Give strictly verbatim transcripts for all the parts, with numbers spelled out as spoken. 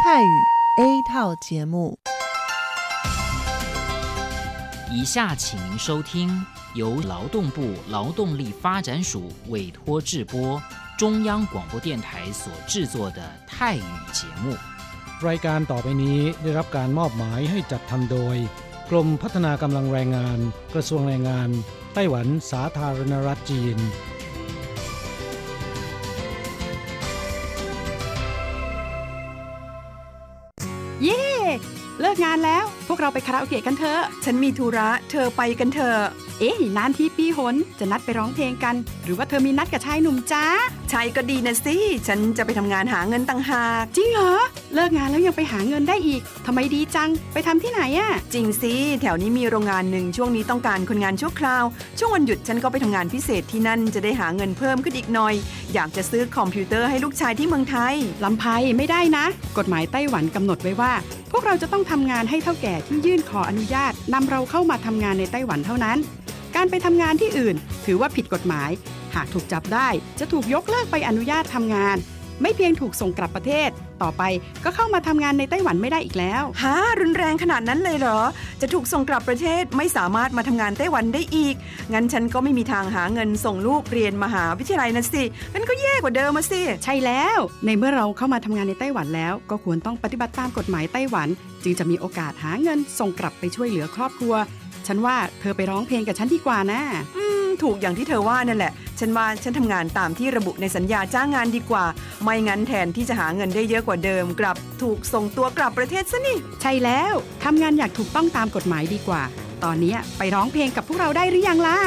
泰语 A 套节目。 以下请您收听由劳动部劳动力发展署委托制播中央广播电台所制作的泰语节目。 รายการต่อไปนี้ได้รับการมอบหมายให้จัดทำโดยกรมพัฒนากำลังแรงงานกระทรวงแรงงานไต้หวันสาธารณรัฐจีนเย้เลิกงานแล้วพวกเราไปคาราโอเกะกันเถอะฉันมีธุระเธอไปกันเถอะเอ๊ะนานทีปีหนจะนัดไปร้องเพลงกันหรือว่าเธอมีนัดกับชายหนุ่มจ้าชายก็ดีนะสิฉันจะไปทำงานหาเงินต่างหากจริงเหรอเลิกงานแล้วยังไปหาเงินได้อีกทำไมดีจังไปทำที่ไหนอะจริงสิแถวนี้มีโรงงานหนึ่งช่วงนี้ต้องการคนงานชั่วคราวช่วงวันหยุดฉันก็ไปทำงานพิเศษที่นั่นจะได้หาเงินเพิ่มขึ้นอีกหน่อยอยากจะซื้อคอมพิวเตอร์ให้ลูกชายที่เมืองไทยลำไพไม่ได้นะกฎหมายไต้หวันกำหนดไว้ว่าพวกเราจะต้องทำงานให้เฒ่าแก่ที่ยื่นขออนุญาตนำเราเข้ามาทำงานในไต้หวันเท่านั้นการไปทำงานที่อื่นถือว่าผิดกฎหมายหากถูกจับได้จะถูกยกเลิกใบอนุญาตทำงานไม่เพียงถูกส่งกลับประเทศต่อไปก็เข้ามาทำงานในไต้หวันไม่ได้อีกแล้วฮะรุนแรงขนาดนั้นเลยเหรอจะถูกส่งกลับประเทศไม่สามารถมาทำงานไต้หวันได้อีกงั้นฉันก็ไม่มีทางหาเงินส่งลูกเรียนมหาวิทยาลัยนะสิงั้นก็แย่กว่าเดิมมาสิใช่แล้วในเมื่อเราเข้ามาทำงานในไต้หวันแล้วก็ควรต้องปฏิบัติตามกฎหมายไต้หวันจึงจะมีโอกาสหาเงินส่งกลับไปช่วยเหลือครอบครัวฉันว่าเธอไปร้องเพลงกับฉันดีกว่านะอืมถูกอย่างที่เธอว่านั่นแหละฉันว่าฉันทำงานตามที่ระบุในสัญญาจ้างงานดีกว่าไม่งั้นแทนที่จะหาเงินได้เยอะกว่าเดิมกลับถูกส่งตัวกลับประเทศซะนี่ใช่แล้วทำงานอย่างถูกต้องตามกฎหมายดีกว่าตอนนี้ไปร้องเพลงกับพวกเราได้หรือยังล่ะ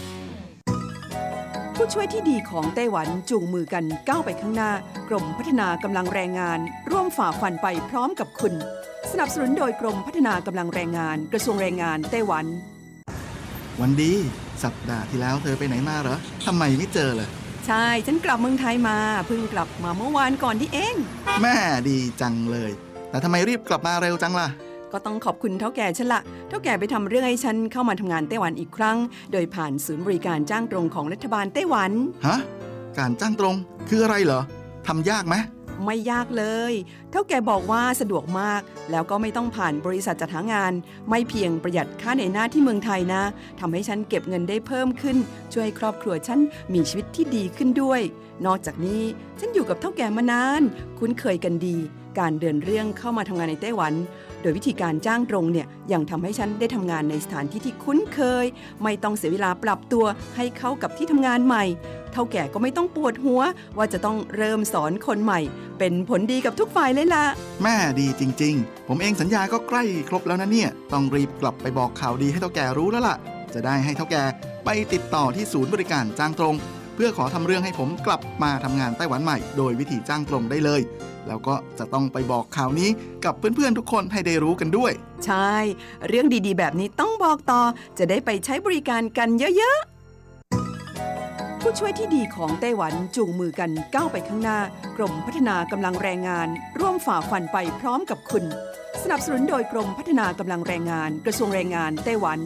ผู้ช่วยที่ดีของไต้หวันจูงมือกันก้าวไปข้างหน้ากรมพัฒนากำลังแรงงานร่วมฝ่าฟันไปพร้อมกับคุณสนับสนุนโดยกรมพัฒนากำลังแรงงานกระทรวงแรงงานไต้หวันวันดีสัปดาห์ที่แล้วเธอไปไหนมาเหรอทำไมไม่เจอเลยใช่ฉันกลับเมืองไทยมาเพิ่งกลับมาเมื่อวานก่อนที่เองแม่ดีจังเลยแต่ทำไมรีบกลับมาเร็วจังล่ะก็ต้องขอบคุณเฒ่าแก่ฉันละเฒ่าแก่ไปทำเรื่องให้ฉันเข้ามาทำงานไต้หวันอีกครั้งโดยผ่านศูนย์บริการจ้างตรงของรัฐบาลไต้หวันฮะการจ้างตรงคืออะไรเหรอทำยากไหมไม่ยากเลยเฒ่าแก่บอกว่าสะดวกมากแล้วก็ไม่ต้องผ่านบริษัทจัดหางานไม่เพียงประหยัดค่าเหนื่อยหน้าที่เมืองไทยนะทำให้ฉันเก็บเงินได้เพิ่มขึ้นช่วยให้ครอบครัวฉันมีชีวิตที่ดีขึ้นด้วยนอกจากนี้ฉันอยู่กับเฒ่าแก่มานานคุ้นเคยกันดีการเดินเรื่องเข้ามาทำงานในไต้หวันโดยวิธีการจ้างตรงเนี่ยยังทำให้ฉันได้ทำงานในสถานที่ที่คุ้นเคยไม่ต้องเสียเวลาปรับตัวให้เข้ากับที่ทำงานใหม่เฒ่าแก่ก็ไม่ต้องปวดหัวว่าจะต้องเริ่มสอนคนใหม่เป็นผลดีกับทุกฝ่ายเลยล่ะแม่ดีจริงๆผมเองสัญญาก็ใกล้ครบแล้วนะเนี่ยต้องรีบกลับไปบอกข่าวดีให้เฒ่าแก่รู้แล้วล่ะจะได้ให้เฒ่าแก่ไปติดต่อที่ศูนย์บริการจ้างตรงเพื่อขอทำเรื่องให้ผมกลับมาทำงานไต้หวันใหม่โดยวิธีจ้างตรงได้เลยแล้วก็จะต้องไปบอกข่าวนี้กับเพื่อนๆทุกคนให้ได้รู้กันด้วยใช่เรื่องดีๆแบบนี้ต้องบอกต่อจะได้ไปใช้บริการกันเยอะๆผู้ช่วยที่ดีของไต้หวันจูงมือกันก้าวไปข้างหน้ากรมพัฒนากำลังแรงงานร่วมฝ่าฟันไปพร้อมกับคุณสนับสนุนโดยกรมพัฒนากำลังแรงงานกระทรวงแรงงานไต้หวัน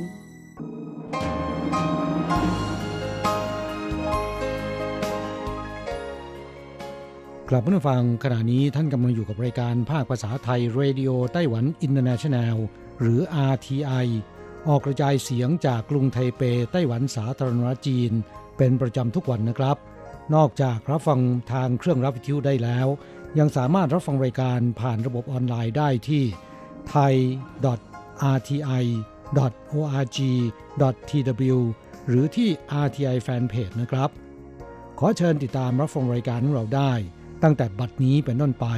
กลับมาฟังขณะนี้ท่านกำลังอยู่กับรายการภาคภาษาไทย Radio ไต้หวัน International หรือ อาร์ ที ไอ ออกกระจายเสียงจากกรุงไทเปไต้หวันสาธารณรัฐจีนเป็นประจำทุกวันนะครับนอกจากรับฟังทางเครื่องรับวิทยุได้แล้วยังสามารถรับฟังรายการผ่านระบบออนไลน์ได้ที่ ไทย ดอท อาร์ ที ไอ ดอท โอ อาร์ จี ดอท ที ดับเบิลยู หรือที่ อาร์ ที ไอ Fanpage นะครับขอเชิญติดตามรับฟังรายการของเราได้ตั้งแต่บัดนี้เป็นต้นไป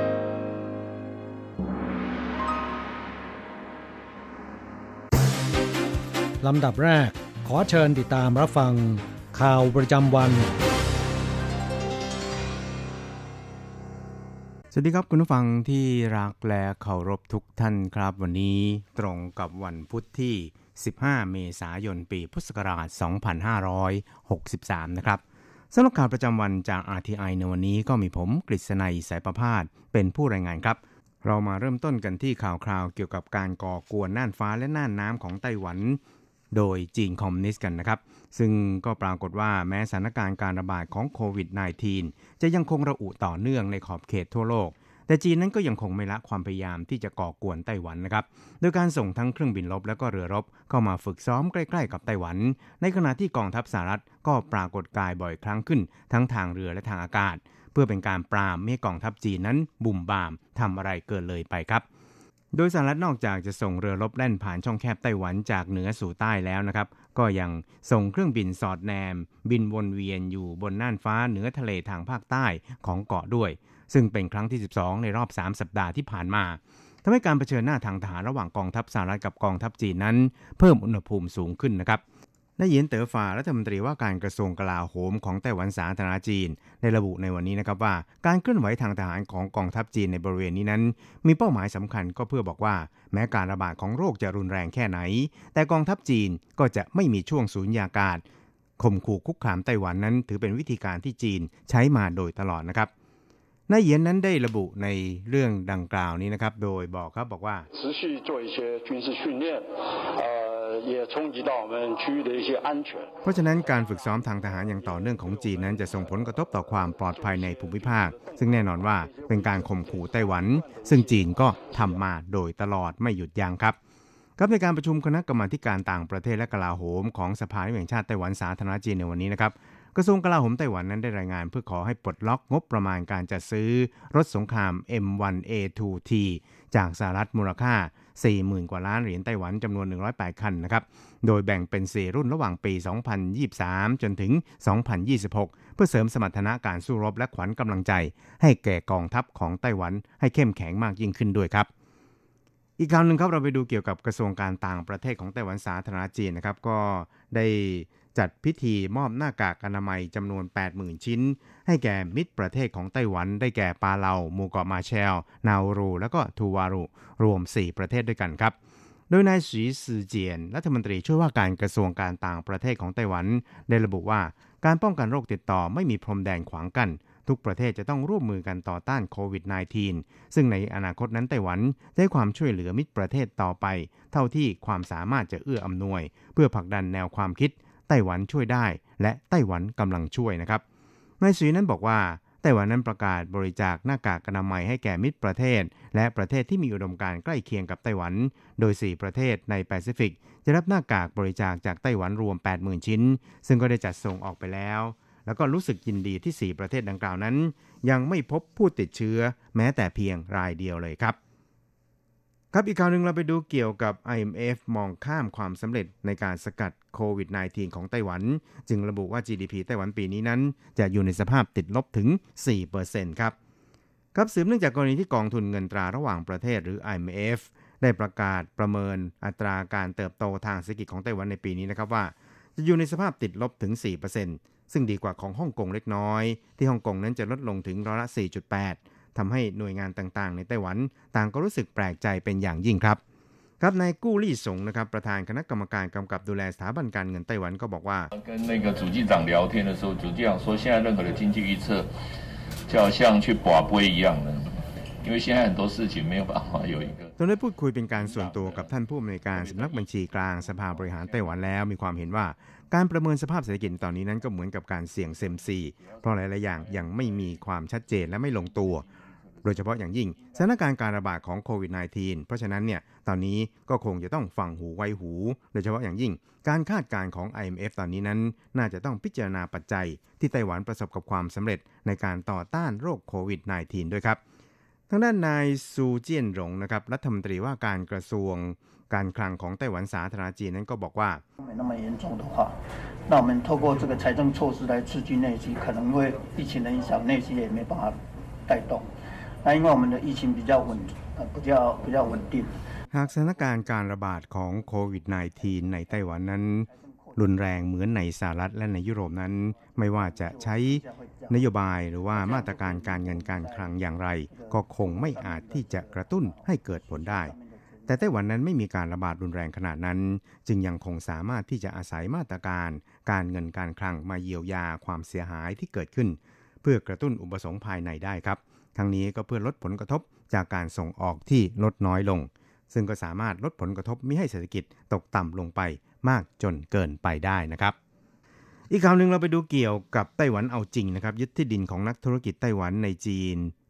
ลำดับแรกขอเชิญติดตามรับฟังข่าวประจำวันสวัสดีครับคุณผู้ฟังที่รักและเคารพทุกท่านครับวันนี้ตรงกับวันพุธที่สิบห้าเมษายนปีพุทธศักราชสองพันห้าร้อยหกสิบสามนะครับสำหรับข่าวประจำวันจาก อาร์ ที ไอ ในวันนี้ก็มีผมกฤษณัยสายประภาสเป็นผู้รายงานครับเรามาเริ่มต้นกันที่ข่าวคราวเกี่ยวกับการก่อกวนน่านฟ้าและน่านน้ำของไต้หวันโดยจีนคอมมิวนิสต์กันนะครับซึ่งก็ปรากฏว่าแม้สถานการณ์การระบาดของโควิด สิบเก้า จะยังคงระอุต่อเนื่องในขอบเขตทั่วโลกแแต่จีนนั้นก็ยังคงไม่ละความพยายามที่จะก่อกวนไต้หวันนะครับโดยการส่งทั้งเครื่องบินรบและก็เรือรบเข้ามาฝึกซ้อมใกล้ๆกับไต้หวันในขณะที่กองทัพสหรัฐก็ปรากฏกายบ่อยครั้งขึ้นทั้งทางเรือและทางอากาศเพื่อเป็นการปรามไม่ให้กองทัพจีนนั้นบุ่มบามทำอะไรเกินเลยไปครับโดยสหรัฐนอกจากจะส่งเรือรบแล่นผ่านช่องแคบไต้หวันจากเหนือสู่ใต้แล้วนะครับก็ยังส่งเครื่องบินสอดแนมบินวนเวียนอยู่บนน่านฟ้าเหนือทะเลทางภาคใต้ของเกาะด้วยซึ่งเป็นครั้งที่สิบสองในรอบสามสัปดาห์ที่ผ่านมาทำให้การเผชิญหน้าทางทหารระหว่างกองทัพสหรัฐกับกองทัพจีนนั้นเพิ่มอุณหภูมิสูงขึ้นนะครับนายเหยียนเต๋อฟารัฐมนตรีว่าการกระทรวงกลาโหมของไต้หวันสาธารณจีนได้ระบุในวันนี้นะครับว่าการเคลื่อนไหวทางทหารของกองทัพจีนในบริเวณนี้นั้นมีเป้าหมายสำคัญก็เพื่อบอกว่าแม้การระบาดของโรคจะรุนแรงแค่ไหนแต่กองทัพจีนก็จะไม่มีช่วงสูญญากาศข่มขู่คุกคามไต้หวันนั้นถือเป็นวิธีการที่จีนใช้มาโดยตลอดนะครับนายเหยียนนั้นได้ระบุในเรื่องดังกล่าวนี้นะครับโดยบอกครับบอกว่าเพราะฉะนั้นการฝึกซ้อมทางทหารอย่างต่อเนื่องของจีนนั้นจะส่งผลกระทบต่อความปลอดภัยในภูมิภาคซึ่งแน่นอนว่าเป็นการข่มขู่ไต้หวันซึ่งจีนก็ทำมาโดยตลอดไม่หยุดยั้งครับครับในการประชุมคณะกรรมาธิการต่างประเทศและกลาโหมของสภาแห่งชาติไต้หวันสาธารณจีนในวันนี้นะครับกระทรวงกลาโหมไต้หวันนั้นได้รายงานเพื่อขอให้ปลดล็อกงบประมาณการจัดซื้อรถสงคราม เอ็ม วัน เอ ทู ที จากสหรัฐมูลค่า สี่หมื่น กว่าล้านเหรียญไต้หวันจำนวนหนึ่งร้อยแปดคันนะครับโดยแบ่งเป็นสี่รุ่นระหว่างปี สองพันยี่สิบสาม จนถึง สองพันยี่สิบหก เพื่อเสริมสมรรถนะการสู้รบและขวัญกำลังใจให้แก่กองทัพของไต้หวันให้เข้มแข็งมากยิ่งขึ้นด้วยครับอีกคราวนึงครับเราไปดูเกี่ยวกับกระทรวงการต่างประเทศของไต้หวันสาธารณจีนนะครับก็ได้จัดพิธีมอบหน้ากากอนามัยจำนวน แปดหมื่น ชิ้นให้แก่มิตรประเทศของไต้หวันได้แก่ปาเลาหมู่เกาะมาเชลนาอูรูและก็ทูวารูรวมสี่ประเทศด้วยกันครับโดยนายสีซือเจียนรัฐมนตรีช่วยว่าการกระทรวงการต่างประเทศของไต้หวันได้ระบุว่าการป้องกันโรคติดต่อไม่มีพรมแดนขวางกั้นทุกประเทศจะต้องร่วมมือกันต่อต้านโควิด สิบเก้า ซึ่งในอนาคตนั้นไต้หวันได้ความช่วยเหลือมิตรประเทศต่อไปเท่าที่ความสามารถจะเอื้ออำนวยเพื่อผลักดันแนวความคิดไต้หวันช่วยได้และไต้หวันกำลังช่วยนะครับนายสีนั้นบอกว่าไต้หวันนั้นประกาศบริจาคหน้ากากอนามัยให้แก่มิตรประเทศและประเทศที่มีอุดมการณ์ใกล้เคียงกับไต้หวันโดยสี่ประเทศในแปซิฟิกจะรับหน้ากากบริจาคจากไต้หวันรวม แปดหมื่น ชิ้นซึ่งก็ได้จัดส่งออกไปแล้วแล้วก็รู้สึกยินดีที่สี่ประเทศดังกล่าวนั้นยังไม่พบผู้ติดเชื้อแม้แต่เพียงรายเดียวเลยครับครับอีกข่าวนึงเราไปดูเกี่ยวกับ ไอ เอ็ม เอฟ มองข้ามความสำเร็จในการสกัดโควิด สิบเก้า ของไต้หวันจึงระบุว่า จี ดี พี ไต้หวันปีนี้นั้นจะอยู่ในสภาพติดลบถึง สี่เปอร์เซ็นต์ ครับครับสืบเนื่องจากกรณีที่กองทุนเงินตราระหว่างประเทศหรือ ไอ เอ็ม เอฟ ได้ประกาศประเมินอัตราการเติบโตทางเศรษฐกิจของไต้หวันในปีนี้นะครับว่าจะอยู่ในสภาพติดลบถึง สี่เปอร์เซ็นต์ ซึ่งดีกว่าของฮ่องกงเล็กน้อยที่ฮ่องกงนั้นจะลดลงถึงร้อยละ สี่จุดแปด ทำให้หน่วยงานต่างๆในไต้หวันต่างก็รู้สึกแปลกใจเป็นอย่างยิ่งครับครับนายกู้ลี่สงนะครับประธานคณะกรรมการกำกับดูแลสถาบันการเงินไต้หวันก็บอกว่า跟那个主计长聊天的时候主计长说现在任何的经济预测就好像去拔杯一样的因为现在很多事情没有办法有一个ตอนได้พูดคุยเป็นการส่วนตัวกับท่านผู้อำนวยการสำนักบัญชีกลางสภาบริหารไต้หวันแล้วมีความเห็นว่าการประเมินสภาพเศรษฐกิจตอนนี้นั้นก็เหมือนกับการเสี่ยงเซมซีเพราะหลายๆอย่างยังไม่มีความชัดเจนและไม่ลงตัวโดยเฉพาะอย่างยิ่งสถานการณ์การระบาดของโควิด สิบเก้า เพราะฉะนั้นเนี่ยตอนนี้ก็คงจะต้องฟังหูไว้หูโดยเฉพาะอย่างยิ่งการคาดการณ์ของ ไอ เอ็ม เอฟ ตอนนี้นั้นน่าจะต้องพิจารณาปัจจัยที่ไต้หวันประสบกับความสำเร็จในการต่อต้านโรคโควิด สิบเก้า ด้วยครับทางด้านนายซูเจี้ยนหลงนะครับรัฐมนตรีว่าการกระทรวงการคลังของไต้หวันสาธารณจีนนั้นก็บอกว่าไม่那么严重的话那我们透过这个财政措施来刺激内需可能会疫情的影响内需也没办法带动那因为我们的疫情比较稳比较比较稳定หากสถานการณ์การระบาดของโควิด สิบเก้า ในไต้หวันนั้นรุนแรงเหมือนในสหรัฐและในยุโรปนั้นไม่ว่าจะใช้นโยบายหรือว่ามาตรการการเงินการคลังอย่างไรก็คงไม่อาจที่จะกระตุ้นให้เกิดผลได้แต่ไต้หวันนั้นไม่มีการระบาดรุนแรงขนาดนั้นจึงยังคงสามารถที่จะอาศัยมาตรการการเงินการคลังมาเยียวยาความเสียหายที่เกิดขึ้นเพื่อกระตุ้นอุปสงค์ภายในได้ครับทั้งนี้ก็เพื่อลดผลกระทบจากการส่งออกที่ลดน้อยลงซึ่งก็สามารถลดผลกระทบมิให้เศรษฐกิจตกต่ำลงไปมากจนเกินไปได้นะครับอีกข่าวนึงเราไปดูเกี่ยวกับไต้หวันเอาจริงนะครับยึดที่ดินของนักธุรกิจไต้หวันในจีน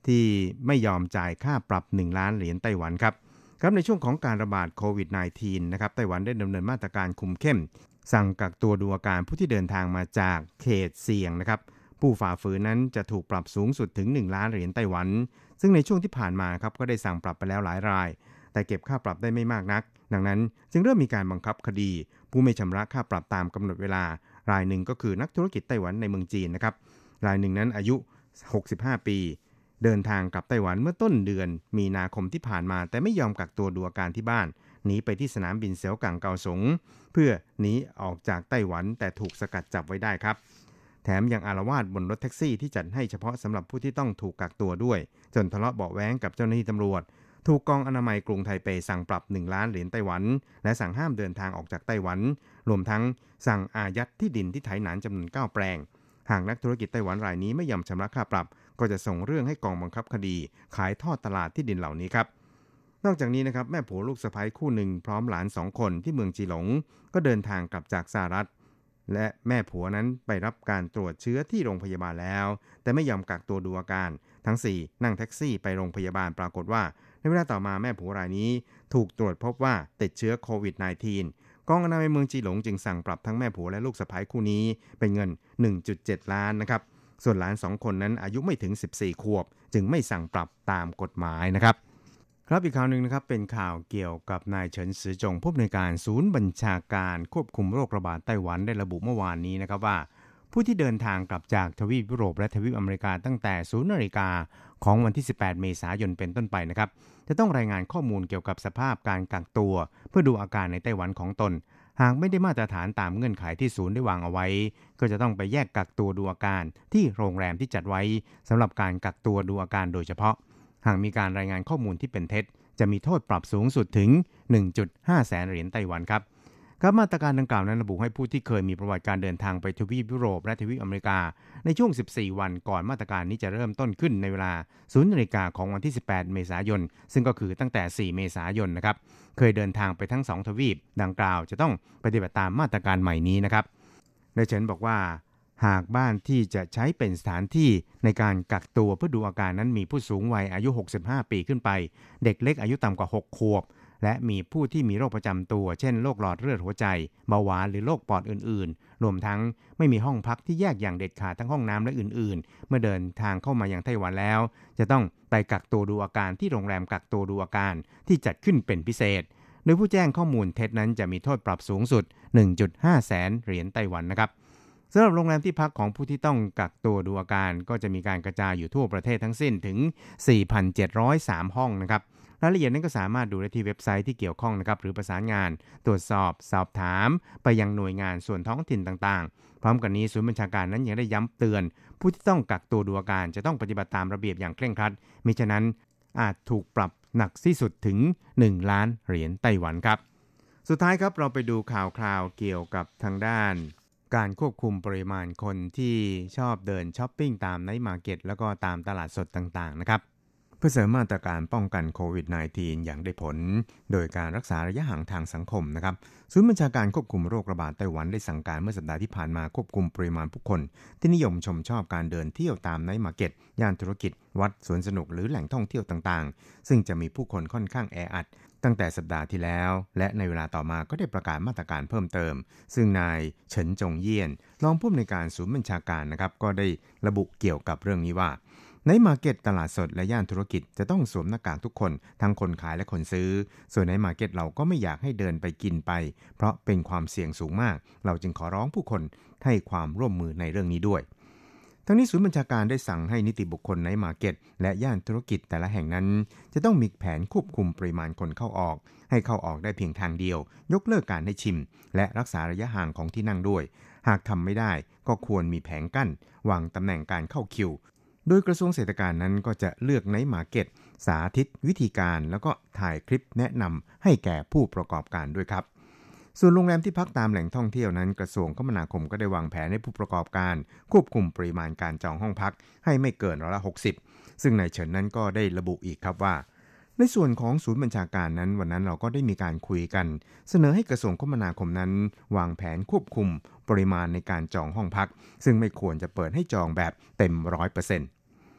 ที่ไม่ยอมจ่ายค่าปรับหนึ่งล้านเหรียญไต้หวันครับครับในช่วงของการระบาดโควิด สิบเก้า นะครับไต้หวันได้ดำเนินมาตรการคุมเข้มสั่งกักตัวดูอาการผู้ที่เดินทางมาจากเขตเสี่ยงนะครับผู้ฝ่าฝืนนั้นจะถูกปรับสูงสุดถึงหนึ่งล้านเหรียญไต้หวันซึ่งในช่วงที่ผ่านมาครับก็ได้สั่งปรับไปแล้วหลายรายแต่เก็บค่าปรับได้ไม่มากนักดังนั้นจึงเริ่มมีการบังคับคดีผู้ไม่ชำระค่าปรับตามกำหนดเวลารายหนึ่งก็คือนักธุรกิจไต้หวันในเมืองจีนนะครับรายหนึ่งนั้นอายุหกสิบห้าปีเดินทางกลับไต้หวันเมื่อต้นเดือนมีนาคมที่ผ่านมาแต่ไม่ยอมกักตัวดูอาการที่บ้านหนีไปที่สนามบินเสี่ยวกังเกาสงเพื่อหนีออกจากไต้หวันแต่ถูกสกัดจับไว้ได้ครับแถมยังอาละวาดบนรถแท็กซี่ที่จัดให้เฉพาะสำหรับผู้ที่ต้องถูกกักตัวด้วยจนทะเลาะเบาะแว้งกับเจ้าหน้าที่ตำรวจถูกกองอนามัยกรุงไทเปสั่งปรับหนึ่งล้านเหรียญไต้หวันและสั่งห้ามเดินทางออกจากไต้หวันรวมทั้งสั่งอายัดที่ดินที่ไถหนานจำนวนเก้าแปลงหากนักธุรกิจไต้หวันรายนี้ไม่ยอมชำระค่าปรับก็จะส่งเรื่องให้กองบังคับคดีขายทอดตลาดที่ดินเหล่านี้ครับนอกจากนี้นะครับแม่ผัวลูกสะใภ้คู่หนึ่งพร้อมหลานสองคนที่เมืองจีหลงก็เดินทางกลับจากสหรัฐและแม่ผัวนั้นไปรับการตรวจเชื้อที่โรงพยาบาลแล้วแต่ไม่ยอมกักตัวดูอาการทั้งสี่นั่งแท็กซี่ไปโรงพยาบาลปรากฏว่าในเวลาต่อมาแม่ผัวรายนี้ถูกตรวจพบว่าติดเชื้อโควิด สิบเก้า กองอนามัยเมืองจีหลงจึงสั่งปรับทั้งแม่ผัวและลูกสะใภ้คู่นี้เป็นเงิน หนึ่งจุดเจ็ด ล้านนะครับส่วนหลานสองคนนั้นอายุไม่ถึงสิบสี่ขวบจึงไม่สั่งปรับตามกฎหมายนะครับครับอีกข่าวหนึ่งนะครับเป็นข่าวเกี่ยวกับนายเฉินซือจงผู้อำนวยการศูนย์บัญชาการควบคุมโรคระบาดไต้หวันได้ระบุเมื่อวานนี้นะครับว่าผู้ที่เดินทางกลับจากทวีปยุโรปและทวีปอเมริกาตั้งแต่ศูนย์นาฬิกาของวันที่สิบแปดเมษายนเป็นต้นไปนะครับจะต้องรายงานข้อมูลเกี่ยวกับสภาพการกักตัวเพื่อดูอาการในไต้หวันของตนหากไม่ได้มาตรฐานตามเงื่อนไขที่ศูนย์ได้วางเอาไว้ก็จะต้องไปแยกกักตัวดูอาการที่โรงแรมที่จัดไว้สำหรับการกักตัวดูอาการโดยเฉพาะหากมีการรายงานข้อมูลที่เป็นเท็จจะมีโทษปรับสูงสุดถึง หนึ่งจุดห้า แสนเหรียญไต้หวันครับครับมาตรการดังกล่าวนั้นระบุให้ผู้ที่เคยมีประวัติการเดินทางไปทวีปยุโรปและทวีปอเมริกาในช่วงสิบสี่วันก่อนมาตรการนี้จะเริ่มต้นขึ้นในเวลาศูนย์นาฬิกาของวันที่สิบแปดเมษายนซึ่งก็คือตั้งแต่สี่เมษายนนะครับเคยเดินทางไปทั้งสองทวีปดังกล่าวจะต้องปฏิบัติตามมาตรการใหม่นี้นะครับนายเฉินบอกว่าหากบ้านที่จะใช้เป็นสถานที่ในการกักตัวเพื่อดูอาการนั้นมีผู้สูงวัยอายุหกสิบห้าปีขึ้นไปเด็กเล็กอายุต่ำกว่าหกขวบและมีผู้ที่มีโรคประจำตัวเช่นโรคหลอดเลือดหัวใจเบาหวานหรือโรคปอดอื่นๆรวมทั้งไม่มีห้องพักที่แยกอย่างเด็ดขาดทั้งห้องน้ำและอื่นๆเมื่อเดินทางเข้ามายังไต้หวันแล้วจะต้องไปกักตัวดูอาการที่โรงแรมกักตัวดูอาการที่จัดขึ้นเป็นพิเศษโดยผู้แจ้งข้อมูลเท็จนั้นจะมีโทษปรับสูงสุด หนึ่งจุดห้า แสนเหรียญไต้หวันนะครับสำหรับโรงแรมที่พักของผู้ที่ต้องกักตัวดูอาการก็จะมีการกระจายอยู่ทั่วประเทศทั้งสิ้นถึง สี่พันเจ็ดร้อยสาม ห้องนะครับรายละเอียดนั้นก็สามารถดูได้ที่เว็บไซต์ที่เกี่ยวข้องนะครับหรือประสานงานตรวจสอบสอบถามไปยังหน่วยงานส่วนท้องถิ่นต่างๆพร้อมกันนี้ศูนย์บัญชาการนั้นยังได้ย้ำเตือนผู้ที่ต้องกักตัวดูอาการจะต้องปฏิบัติตามระเบียบอย่างเคร่งครัดมิฉะนั้นอาจถูกปรับหนักที่สุดถึงหนึ่งล้านเหรียญไต้หวันครับสุดท้ายครับเราไปดูข่าวคราวเกี่ยวกับทางด้านการควบคุมปริมาณคนที่ชอบเดินช้อปปิ้งตามไนท์มาร์เก็ตแล้วก็ตามตลาดสดต่างๆนะครับเพื่อเสริมมาตรการป้องกันโควิด สิบเก้า อย่างได้ผลโดยการรักษาระยะห่างทางสังคมนะครับศูนย์บัญชาการควบคุมโรคระบาดไต้หวันได้สั่งการเมื่อสัปดาห์ที่ผ่านมาควบคุมปริมาณผู้คนที่นิยมชมชอบการเดินเที่ยวตามไนท์มาร์เก็ตย่านธุรกิจวัดสวนสนุกหรือแหล่งท่องเที่ยวต่างๆซึ่งจะมีผู้คนค่อนข้างแออัดตั้งแต่สัปดาห์ที่แล้วและในเวลาต่อมาก็ได้ประกาศมาตรการเพิ่มเติมซึ่งนายเฉินจงเยี่ยนรองผู้อำนวยการศูนย์บัญชาการนะครับก็ได้ระบุเกี่ยวกับเรื่องนี้ว่าในมาร์เก็ตตลาดสดและย่านธุรกิจจะต้องสวมหน้ากากทุกคนทั้งคนขายและคนซื้อส่วนในมาร์เก็ตเราก็ไม่อยากให้เดินไปกินไปเพราะเป็นความเสี่ยงสูงมากเราจึงขอร้องผู้คนให้ความร่วมมือในเรื่องนี้ด้วยทั้งนี้ศูนย์บัญชาการได้สั่งให้นิติบุคคลในมาร์เก็ตและย่านธุรกิจแต่ละแห่งนั้นจะต้องมีแผนควบคุมปริมาณคนเข้าออกให้เข้าออกได้เพียงทางเดียวยกเลิกการให้ชิมและรักษาระยะห่างของที่นั่งด้วยหากทำไม่ได้ก็ควรมีแผงกั้นวางตำแหน่งการเข้าคิวโดยกระทรวงเศรษฐกิจนั้นก็จะเลือกไนท์มาร์เก็ตสาธิตวิธีการแล้วก็ถ่ายคลิปแนะนำให้แก่ผู้ประกอบการด้วยครับส่วนโรงแรมที่พักตามแหล่งท่องเที่ยวนั้นกระทรวงคมนาคมก็ได้วางแผนให้ผู้ประกอบการควบคุมปริมาณการจองห้องพักให้ไม่เกินร้อยละหกสิบซึ่งนายเฉินนั้นก็ได้ระบุอีกครับว่าในส่วนของศูนย์บัญชาการนั้นวันนั้นเราก็ได้มีการคุยกันเสนอให้กระทรวงคมนาคมนั้นวางแผนควบคุมปริมาณในการจองห้องพักซึ่งไม่ควรจะเปิดให้จองแบบเต็ม ร้อยเปอร์เซ็นต์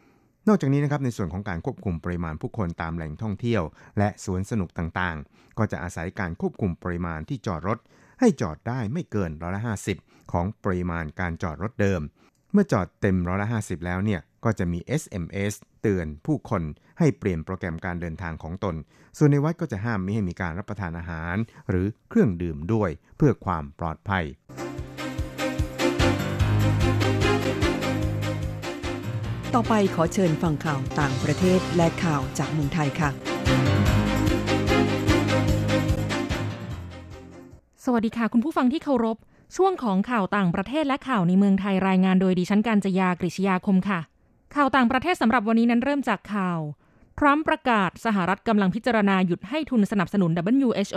นอกจากนี้นะครับในส่วนของการควบคุมปริมาณผู้คนตามแหล่งท่องเที่ยวและสวนสนุกต่างๆก็จะอาศัยการควบคุมปริมาณที่จอดรถให้จอดได้ไม่เกินร้อยละห้าสิบของปริมาณการจอดรถเดิมเมื่อจอดเต็มร้อยละห้าสิบแล้วเนี่ยก็จะมี เอส เอ็ม เอส เตือนผู้คนให้เปลี่ยนโปรแกรมการเดินทางของตนส่วนในวัดก็จะห้ามไม่ให้มีการรับประทานอาหารหรือเครื่องดื่มด้วยเพื่อความปลอดภัยต่อไปขอเชิญฟังข่าวต่างประเทศและข่าวจากเมืองไทยค่ะสวัสดีค่ะคุณผู้ฟังที่เคารพช่วงของข่าวต่างประเทศและข่าวในเมืองไทยรายงานโดยดิฉันกัญจยากฤษยาคมค่ะข่าวต่างประเทศสำหรับวันนี้นั้นเริ่มจากข่าวทรัมป์ประกาศสหรัฐกำลังพิจารณาหยุดให้ทุนสนับสนุน ดับเบิลยู เอช โอ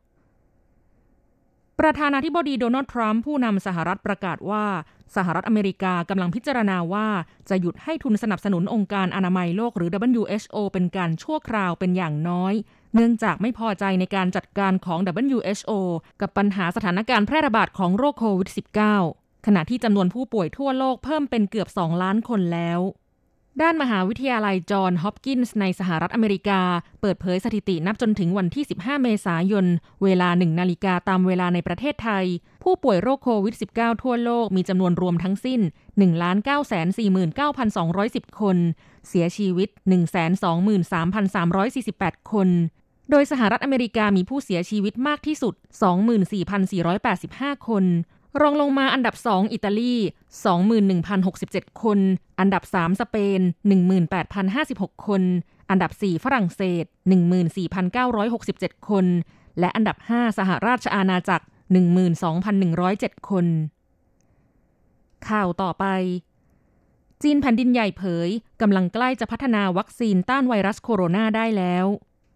ประธานาธิบดีโดนัลด์ทรัมป์ผู้นำสหรัฐประกาศว่าสหรัฐอเมริกากำลังพิจารณาว่าจะหยุดให้ทุนสนับสนุนองค์การอนามัยโลกหรือ ดับเบิลยู เอช โอ เป็นการชั่วคราวเป็นอย่างน้อยเนื่องจากไม่พอใจในการจัดการของ ดับเบิลยู เอช โอ กับปัญหาสถานการณ์แพร่ระบาดของโรคโควิด สิบเก้า ขณะที่จำนวนผู้ป่วยทั่วโลกเพิ่มเป็นเกือบสองล้านคนแล้วด้านมหาวิทยาลัยจอห์นฮอปกินส์ในสหรัฐอเมริกาเปิดเผยสถิตินับจนถึงวันที่สิบห้าเมษายนเวลา หนึ่งนาฬิกาตามเวลาในประเทศไทยผู้ป่วยโรคโควิด สิบเก้า ทั่วโลกมีจำนวนรวมทั้งสิ้น หนึ่งล้านเก้าแสนสี่หมื่นเก้าพันสองร้อยสิบ คนเสียชีวิต หนึ่งแสนสองหมื่นสามพันสามร้อยสี่สิบแปด คนโดยสหรัฐอเมริกามีผู้เสียชีวิตมากที่สุด สองหมื่นสี่พันสี่ร้อยแปดสิบห้า คนรองลงมาอันดับสองอิตาลี สองหมื่นหนึ่งพันหกสิบเจ็ด คนอันดับสามสเปน หนึ่งหมื่นแปดพันห้าสิบหก คนอันดับสี่ฝรั่งเศส หนึ่งหมื่นสี่พันเก้าร้อยหกสิบเจ็ด คนและอันดับห้าสหราชอาณาจักร หนึ่งหมื่นสองพันหนึ่งร้อยเจ็ด คนข่าวต่อไปจีนแผ่นดินใหญ่เผยกำลังใกล้จะพัฒนาวัคซีนต้านไวรัสโคโรนาได้แล้ว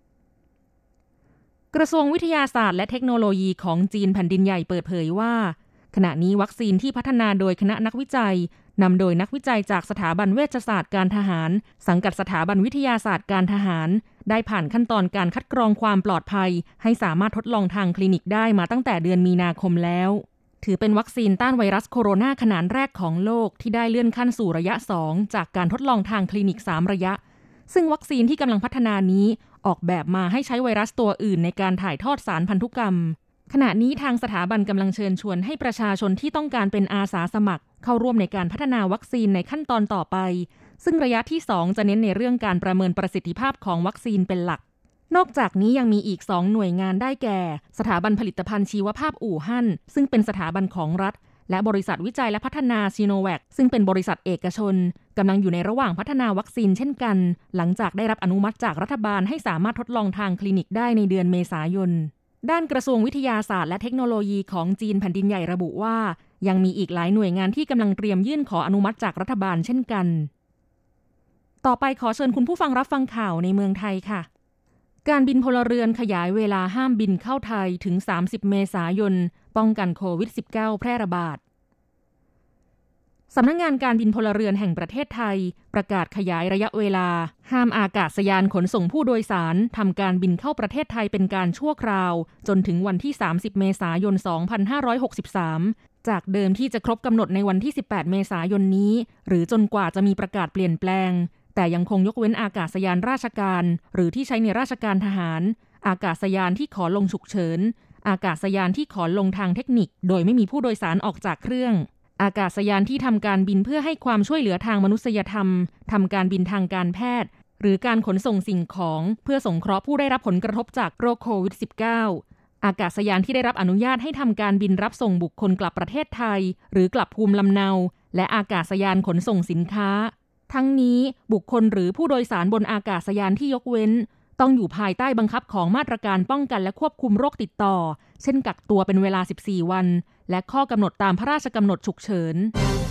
กระทรวงวิทยาศาสตร์และเทคโนโลยีของจีนแผ่นดินใหญ่เปิดเผยว่าขณะนี้วัคซีนที่พัฒนาโดยคณะนักวิจัยนำโดยนักวิจัยจากสถาบันเวชศาสตร์การทหารสังกัดสถาบันวิทยาศาสตร์การทหารได้ผ่านขั้นตอนการคัดกรองความปลอดภัยให้สามารถทดลองทางคลินิกได้มาตั้งแต่เดือนมีนาคมแล้วถือเป็นวัคซีนต้านไวรัสโคโรนาขนาดแรกของโลกที่ได้เลื่อนขั้นสู่ระยะสองจากการทดลองทางคลินิกสามระยะซึ่งวัคซีนที่กำลังพัฒนานี้ออกแบบมาให้ใช้ไวรัสตัวอื่นในการถ่ายทอดสารพันธุกรรมขณะนี้ทางสถาบันกำลังเชิญชวนให้ประชาชนที่ต้องการเป็นอาสาสมัครเข้าร่วมในการพัฒนาวัคซีนในขั้นตอนต่อไปซึ่งระยะที่สองจะเน้นในเรื่องการประเมินประสิทธิภาพของวัคซีนเป็นหลักนอกจากนี้ยังมีอีกสองหน่วยงานได้แก่สถาบันผลิตภัณฑ์ชีวภาพอู่ฮั่นซึ่งเป็นสถาบันของรัฐและบริษัทวิจัยและพัฒนาซีโนแวคซึ่งเป็นบริษัทเอกชนกำลังอยู่ในระหว่างพัฒนาวัคซีนเช่นกันหลังจากได้รับอนุมัติจากรัฐบาลให้สามารถทดลองทางคลินิกได้ในเดือนเมษายนด้านกระทรวงวิทยาศาสตร์และเทคโนโลยีของจีนแผ่นดินใหญ่ระบุว่ายังมีอีกหลายหน่วยงานที่กำลังเตรียมยื่นขออนุมัติจากรัฐบาลเช่นกันต่อไปขอเชิญคุณผู้ฟังรับฟังข่าวในเมืองไทยค่ะการบินพลเรือนขยายเวลาห้ามบินเข้าไทยถึงสามสิบเมษายนป้องกันโควิด สิบเก้า แพร่ระบาดสำนักงานการบินพลเรือนแห่งประเทศไทยประกาศขยายระยะเวลาห้ามอากาศยานขนส่งผู้โดยสารทำการบินเข้าประเทศไทยเป็นการชั่วคราวจนถึงวันที่สามสิบเมษายนสองพันห้าร้อยหกสิบสามจากเดิมที่จะครบกำหนดในวันที่สิบแปดเมษายนนี้หรือจนกว่าจะมีประกาศเปลี่ยนแปลงแต่ยังคงยกเว้นอากาศยานราชการหรือที่ใช้ในราชการทหารอากาศยานที่ขอลงฉุกเฉินอากาศยานที่ขอลงทางเทคนิคโดยไม่มีผู้โดยสารออกจากเครื่องอากาศยานที่ทำการบินเพื่อให้ความช่วยเหลือทางมนุษยธรรมทำการบินทางการแพทย์หรือการขนส่งสิ่งของเพื่อสงเคราะห์ผู้ได้รับผลกระทบจากโรคโควิด สิบเก้า อากาศยานที่ได้รับอนุญาตให้ทำการบินรับส่งบุคคลกลับประเทศไทยหรือกลับภูมิลำเนาและอากาศยานขนส่งสินค้าทั้งนี้บุคคลหรือผู้โดยสารบนอากาศยานที่ยกเว้นต้องอยู่ภายใต้บังคับของมาตรการป้องกันและควบคุมโรคติดต่อเช่นกักตัวเป็นเวลาสิบสี่วันและข้อกำหนดตามพระราชกำหนดฉุกเฉิน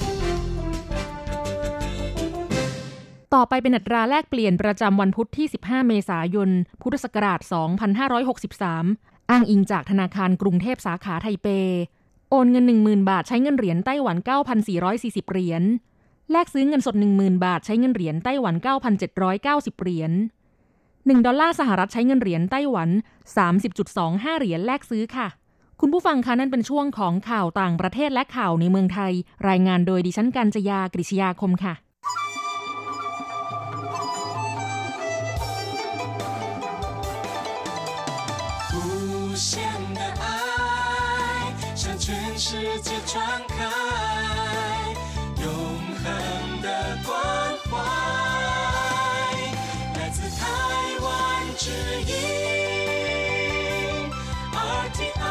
ต่อไปเป็นอัตราแลกเปลี่ยนประจำวันพุธที่สิบห้าเมษายนพุทธศักราชสองพันห้าร้อยหกสิบสามอ้างอิงจากธนาคารกรุงเทพสาขาไทเปโอนเงิน หนึ่งหมื่น บาทใช้เงินเหรียญไต้หวัน เก้าพันสี่ร้อยสี่สิบ เหรียญแลกซื้อเงินสด หนึ่งหมื่น บาทใช้เงินเหรียญไต้หวัน เก้าพันเจ็ดร้อยเก้าสิบ เหรียญหนึ่งดอลลาร์สหรัฐใช้เงินเหรียญไต้หวัน สามสิบจุดสองห้า เหรียญแลกซื้อค่ะคุณผู้ฟังคะนั่นเป็นช่วงของข่าวต่างประเทศและข่าวในเมืองไทยรายงานโดยดิฉันกัญจยากฤษยาคมค่ะ世界传开永恒的关怀，来自台湾之音 R T I。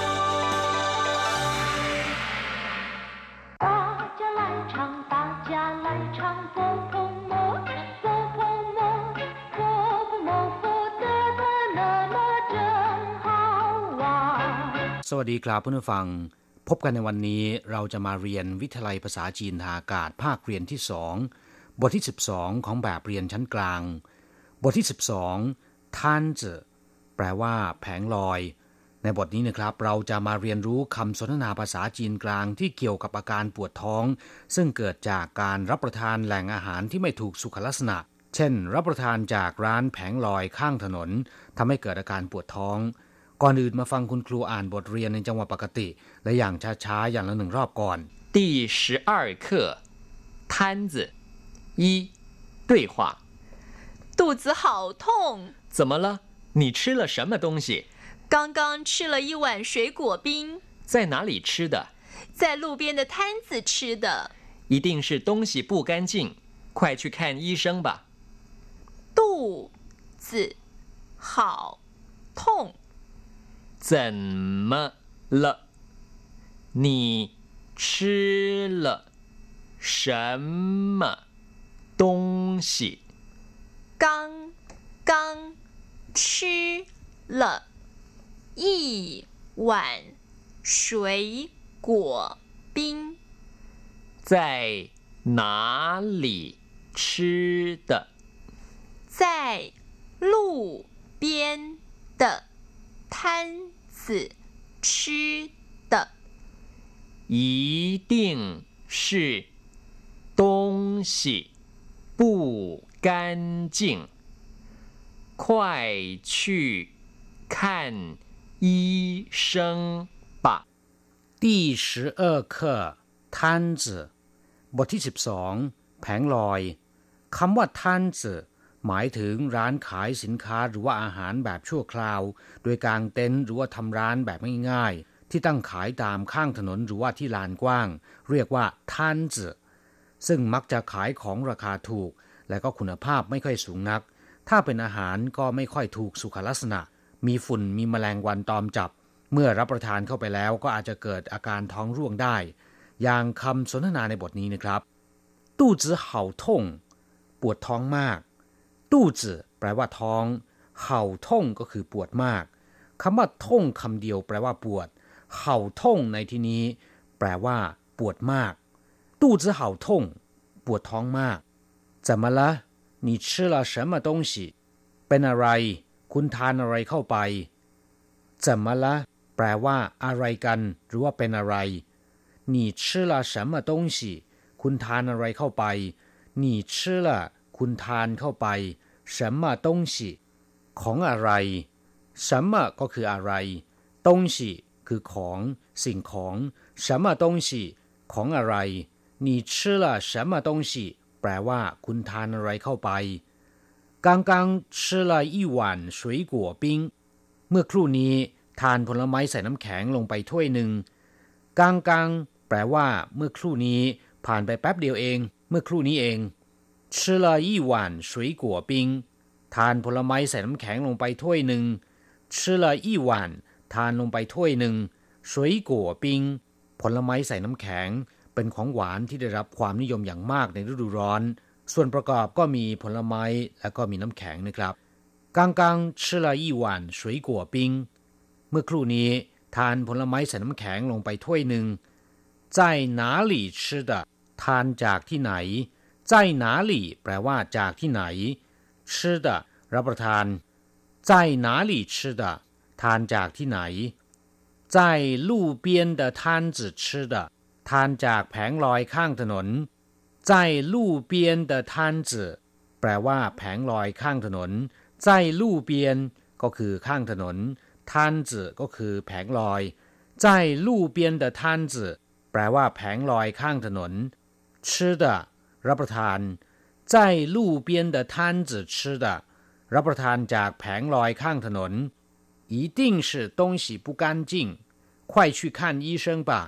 大家来唱，大家来唱，佛佛摩，佛佛摩，佛佛摩，佛得得那那真好玩。 สวัสดีครับเพื่อนผู้ฟังพบกันในวันนี้เราจะมาเรียนวิทยาลัยภาษาจีนทางอากาศภาคเรียนที่สองบทที่สิบสองของแบบเรียนชั้นกลางบทที่สิบสองท่านจื่อแปลว่าแผงลอยในบทนี้นะครับเราจะมาเรียนรู้คำสนทนาภาษาจีนกลางที่เกี่ยวกับอาการปวดท้องซึ่งเกิดจากการรับประทานแหล่งอาหารที่ไม่ถูกสุขลักษณะเช่นรับประทานจากร้านแผงลอยข้างถนนทำให้เกิดอาการปวดท้องก่อนอื่นมาฟังคุณครูอ่านบทเรียนในจังหวะปกติและอย่างช้าๆอย่างละหนึ่งรอบก่อน第十二课摊子一对话肚子好痛怎么了你吃了什么东西刚刚吃了一碗水果冰在哪里吃的在路边的摊子吃的一定是东西不干净快去看医生吧肚子好痛怎么了你吃了什么东西刚刚吃了一碗水果冰在哪里吃的在路边的摊子吃的一定是东西不干净快去看医生吧第十二课摊子บทที่สิบสองแผงลอยคำว่า摊子หมายถึงร้านขายสินค้าหรือว่าอาหารแบบชั่วคราวโดยกางเต็นท์หรือว่าทำร้านแบบง่ายๆที่ตั้งขายตามข้างถนนหรือว่าที่ลานกว้างเรียกว่าท่านจื่อซึ่งมักจะขายของราคาถูกและก็คุณภาพไม่ค่อยสูงนักถ้าเป็นอาหารก็ไม่ค่อยถูกสุขลักษณะมีฝุ่นมีแมลงวันตอมจับเมื่อรับประทานเข้าไปแล้วก็อาจจะเกิดอาการท้องร่วงได้อย่างคำสนทนาในบทนี้นะครับตู้จื่อเห่าท่งปวดท้องมากตู้จื่อแปลว่าท้องเห่าท่งก็คือปวดมากคำว่าท่งคำเดียวแปลว่าปวดเห่าท่งในที่นี้แปลว่าปวดมากตู้จื่อเห่าท่งปวดท้องมาก怎么了你吃了什么东西เป็นอะไรคุณทานอะไรเข้าไป怎么了แปลว่าอะไรกันหรือว่าเป็นอะไร你吃了什么东西คุณทานอะไรเข้าไป你吃了คุณทานเข้าไป什么东西ของอะไร什么ก็คืออะไร东西คือของสิ่งของ什么东西ของอะไร你吃了什么东西แปลว่าคุณทานอะไรเข้าไป刚刚吃了一碗水果冰เมื่อครู่นี้ทานผลไม้ใส่น้ำแข็งลงไปถ้วยหนึ่งกางกังแปลว่าเมื่อครู่นี้ผ่านไปแป๊บเดียวเองเมื่อครู่นี้เอง吃了一碗水果冰ทานผลไม้ใส่น้ำแข็งลงไปถ้วยหนึ่ง吃了一碗ทานลงไปถ้วยหนึ่ง水果冰ผลไม้ใส่น้ำแข็งเป็นของหวานที่ได้รับความนิยมอย่างมากในฤดูร้อนส่วนประกอบก็มีผลไม้และก็มีน้ำแข็งนะครับ刚刚吃了一碗水果冰เมื่อครู่นี้ทานผลไม้ใส่น้ำแข็งลงไปถ้วยหนึ่ง在哪里吃的ทานจากที่ไหน在哪里แปลว่าจากที่ไหน吃的รับประทาน在哪里吃的ทานจากที่ไหน在路边的摊子吃的ทานจากแผงลอยข้างถนน在路边的摊子แปลว่าแผงลอยข้างถนน在路边ก็คือข้างถนน摊子ก็คือแผงลอย在路边的摊子แปลว่าแผงลอยข้างถนน吃的รับประทาน在路边的摊子吃的รับประทานจากแผงลอยข้างถนน一定是东西不干净快去看医生吧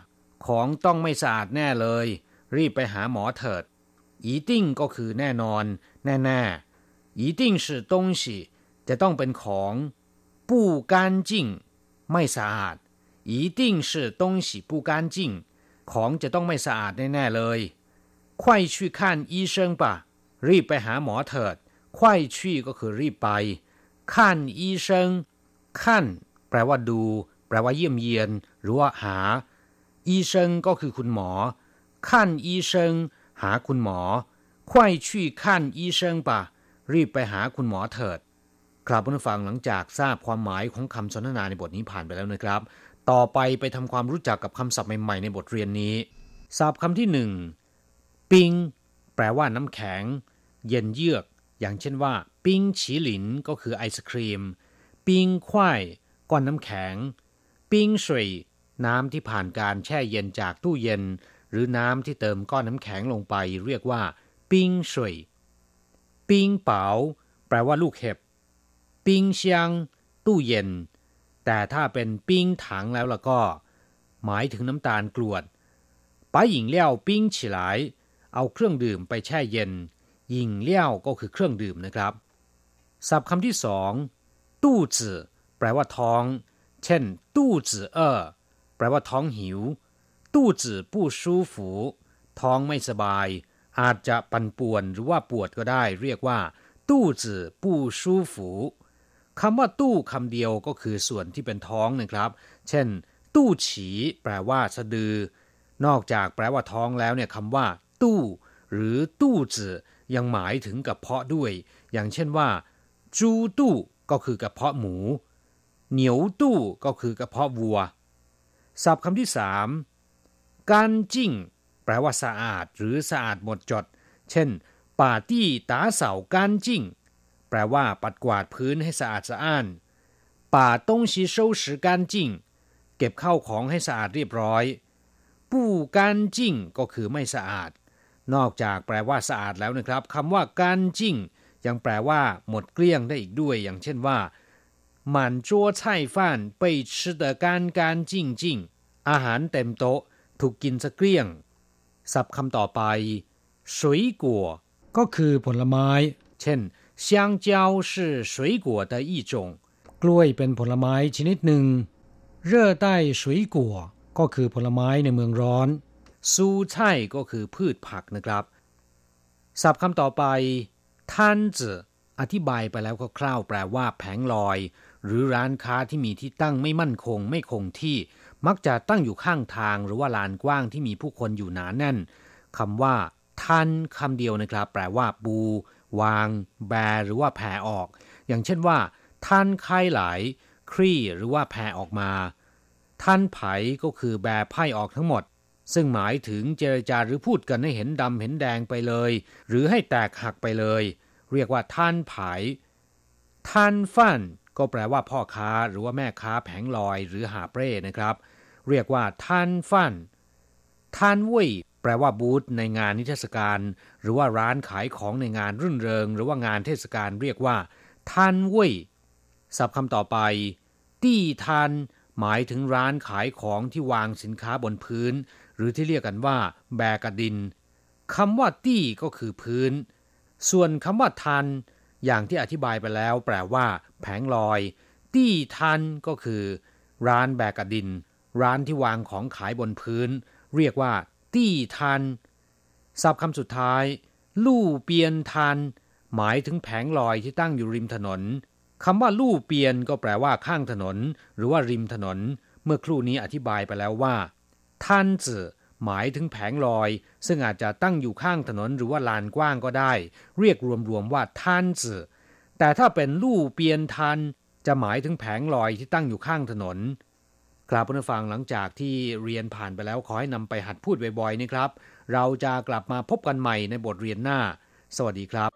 ของต้องไม่สะอาดแน่เลยรีบไปหาหมอเถิดอีติ้งก็คือแน่นอนแน่ๆอีติ้ง是东西จะต้องเป็นของ不干净ไม่สะอาด一定是东西不干净ของจะต้องไม่สะอาดแน่ๆเลย快去看医生吧รีบไปหาหมอเถิด快去ก็คือรีบไป看医生看แปลว่าดูแปลว่าเยี่ยมเยียนหรือว่าหา医生ก็คือคุณหมอ看医生หาคุณหมอ快去看医生吧รีบไปหาคุณหมอเถิดครับผู้ฟังหลังจากทราบความหมายของคำสนทนาในบทนี้ผ่านไปแล้วนะครับต่อไปไปทำความรู้จักกับคำศัพท์ใหม่ๆในบทเรียนนี้ศัพท์คำที่หนึ่งปิงแปลว่าน้ำแข็งเย็นเยือกอย่างเช่นว่าปิงฉีหลินก็คือไอศครีมปิงควายก้อนน้ำแข็งปิงสวยน้ำที่ผ่านการแช่เย็นจากตู้เย็นหรือน้ำที่เติมก้อนน้ำแข็งลงไปเรียกว่าปิงสวยปิงเป๋าแปลว่าลูกเห็บปิงเซียงตู้เย็นแต่ถ้าเป็นปิ้งถังแล้วล่ะก็หมายถึงน้ำตาลกรวด把饮料冰起来เอาเครื่องดื่มไปแช่เย็น饮料ก็คือเครื่องดื่มนะครับศัพท์คำที่สองตู้จื่อแปลว่าท้องเช่นตู้จื่อเอ่อแปลว่าท้องหิวตู้จื่อ不舒服ท้องไม่สบายอาจจะปั่นป่วนหรือว่าปวดก็ได้เรียกว่าตู้จื่อ不舒服คำว่าตู้คำเดียวก็คือส่วนที่เป็นท้องนะครับเช่นตู้ฉี่แปลว่าสะดือนอกจากแปลว่าท้องแล้วเนี่ยคำว่าตู้หรือตู้จื่อยังหมายถึงกระเพาะด้วยอย่างเช่นว่าจูตู้ก็คือกระเพาะหมูเหนียวตู้ก็คือกระเพาะวัวศัพท์คำที่สามการจิ้งแปลว่าสะอาดหรือสะอาดหมดจดเช่นป่าตี้ตาเสาการจิ้งแปลว่าปัดกวาดพื้นให้สะอาดสะอ้านป่าต้งชี收拾干净เก็บเข้าของให้สะอาดเรียบร้อยปู้การจิ้งก็คือไม่สะอาดนอกจากแปลว่าสะอาดแล้วนะครับคำว่าการจิ้งยังแปลว่าหมดเกลี้ยงได้อีกด้วยอย่างเช่นว่า满桌菜饭被吃得干干净净อาหารเต็มโต๊ะถูกกินซะเกลี้ยงศัพท์คำต่อไป水果ก็คือผลไม้เช่น香蕉是水果的一种กล้วยเป็นผลไม้ชนิดหนึ่งเร่อใต้水果ก็คือผลไม้ในเมืองร้อนซูไช่ก็คือพืชผักนะครับศัพท์คำต่อไปท่านจื่ออธิบายไปแล้วคร่าวๆแปลว่าแผงลอยหรือร้านค้าที่มีที่ตั้งไม่มั่นคงไม่คงที่มักจะตั้งอยู่ข้างทางหรือว่าลานกว้างที่มีผู้คนอยู่หนาแน่นคำว่าท่านคำเดียวนะครับแปลว่าปูวางแบหรือว่าแผ่ออกอย่างเช่นว่าท่านไข่ไหลคลี่หรือว่าแผ่ออกมาท่านไผก็คือแบไพ่ออกทั้งหมดซึ่งหมายถึงเจรจาหรือพูดกันให้เห็นดำเห็นแดงไปเลยหรือให้แตกหักไปเลยเรียกว่าท่านไผท่านฟั่นก็แปลว่าพ่อค้าหรือว่าแม่ค้าแผงลอยหรือหาเปร่นะครับเรียกว่าท่านฟั่นท่านเว่ยแปลว่าบูธในงานนิทรรศการหรือว่าร้านขายของในงานรื่นเริงหรือว่างานเทศกาลเรียกว่าท่านเว่ยศัพท์คำต่อไปตี้ทันหมายถึงร้านขายของที่วางสินค้าบนพื้นหรือที่เรียกกันว่าแบกดินคำว่าตี้ก็คือพื้นส่วนคำว่าทันอย่างที่อธิบายไปแล้วแปลว่าแผงลอยตี้ทันก็คือร้านแบกดินร้านที่วางของขายบนพื้นเรียกว่าตี้ทันศัพท์คำสุดท้ายลู่เปียนทันหมายถึงแผงลอยที่ตั้งอยู่ริมถนนคำว่าลู่เปียนก็แปลว่าข้างถนนหรือว่าริมถนนเมื่อครู่นี้อธิบายไปแล้วว่าท่านจื่อหมายถึงแผงลอยซึ่งอาจจะตั้งอยู่ข้างถนนหรือว่าลานกว้างก็ได้เรียกรวมๆว่าท่านจื่อแต่ถ้าเป็นลู่เปียนทันจะหมายถึงแผงลอยที่ตั้งอยู่ข้างถนนครับผู้ฟังหลังจากที่เรียนผ่านไปแล้วขอให้นำไปหัดพูดบ่อยๆนะครับเราจะกลับมาพบกันใหม่ในบทเรียนหน้าสวัสดีครับ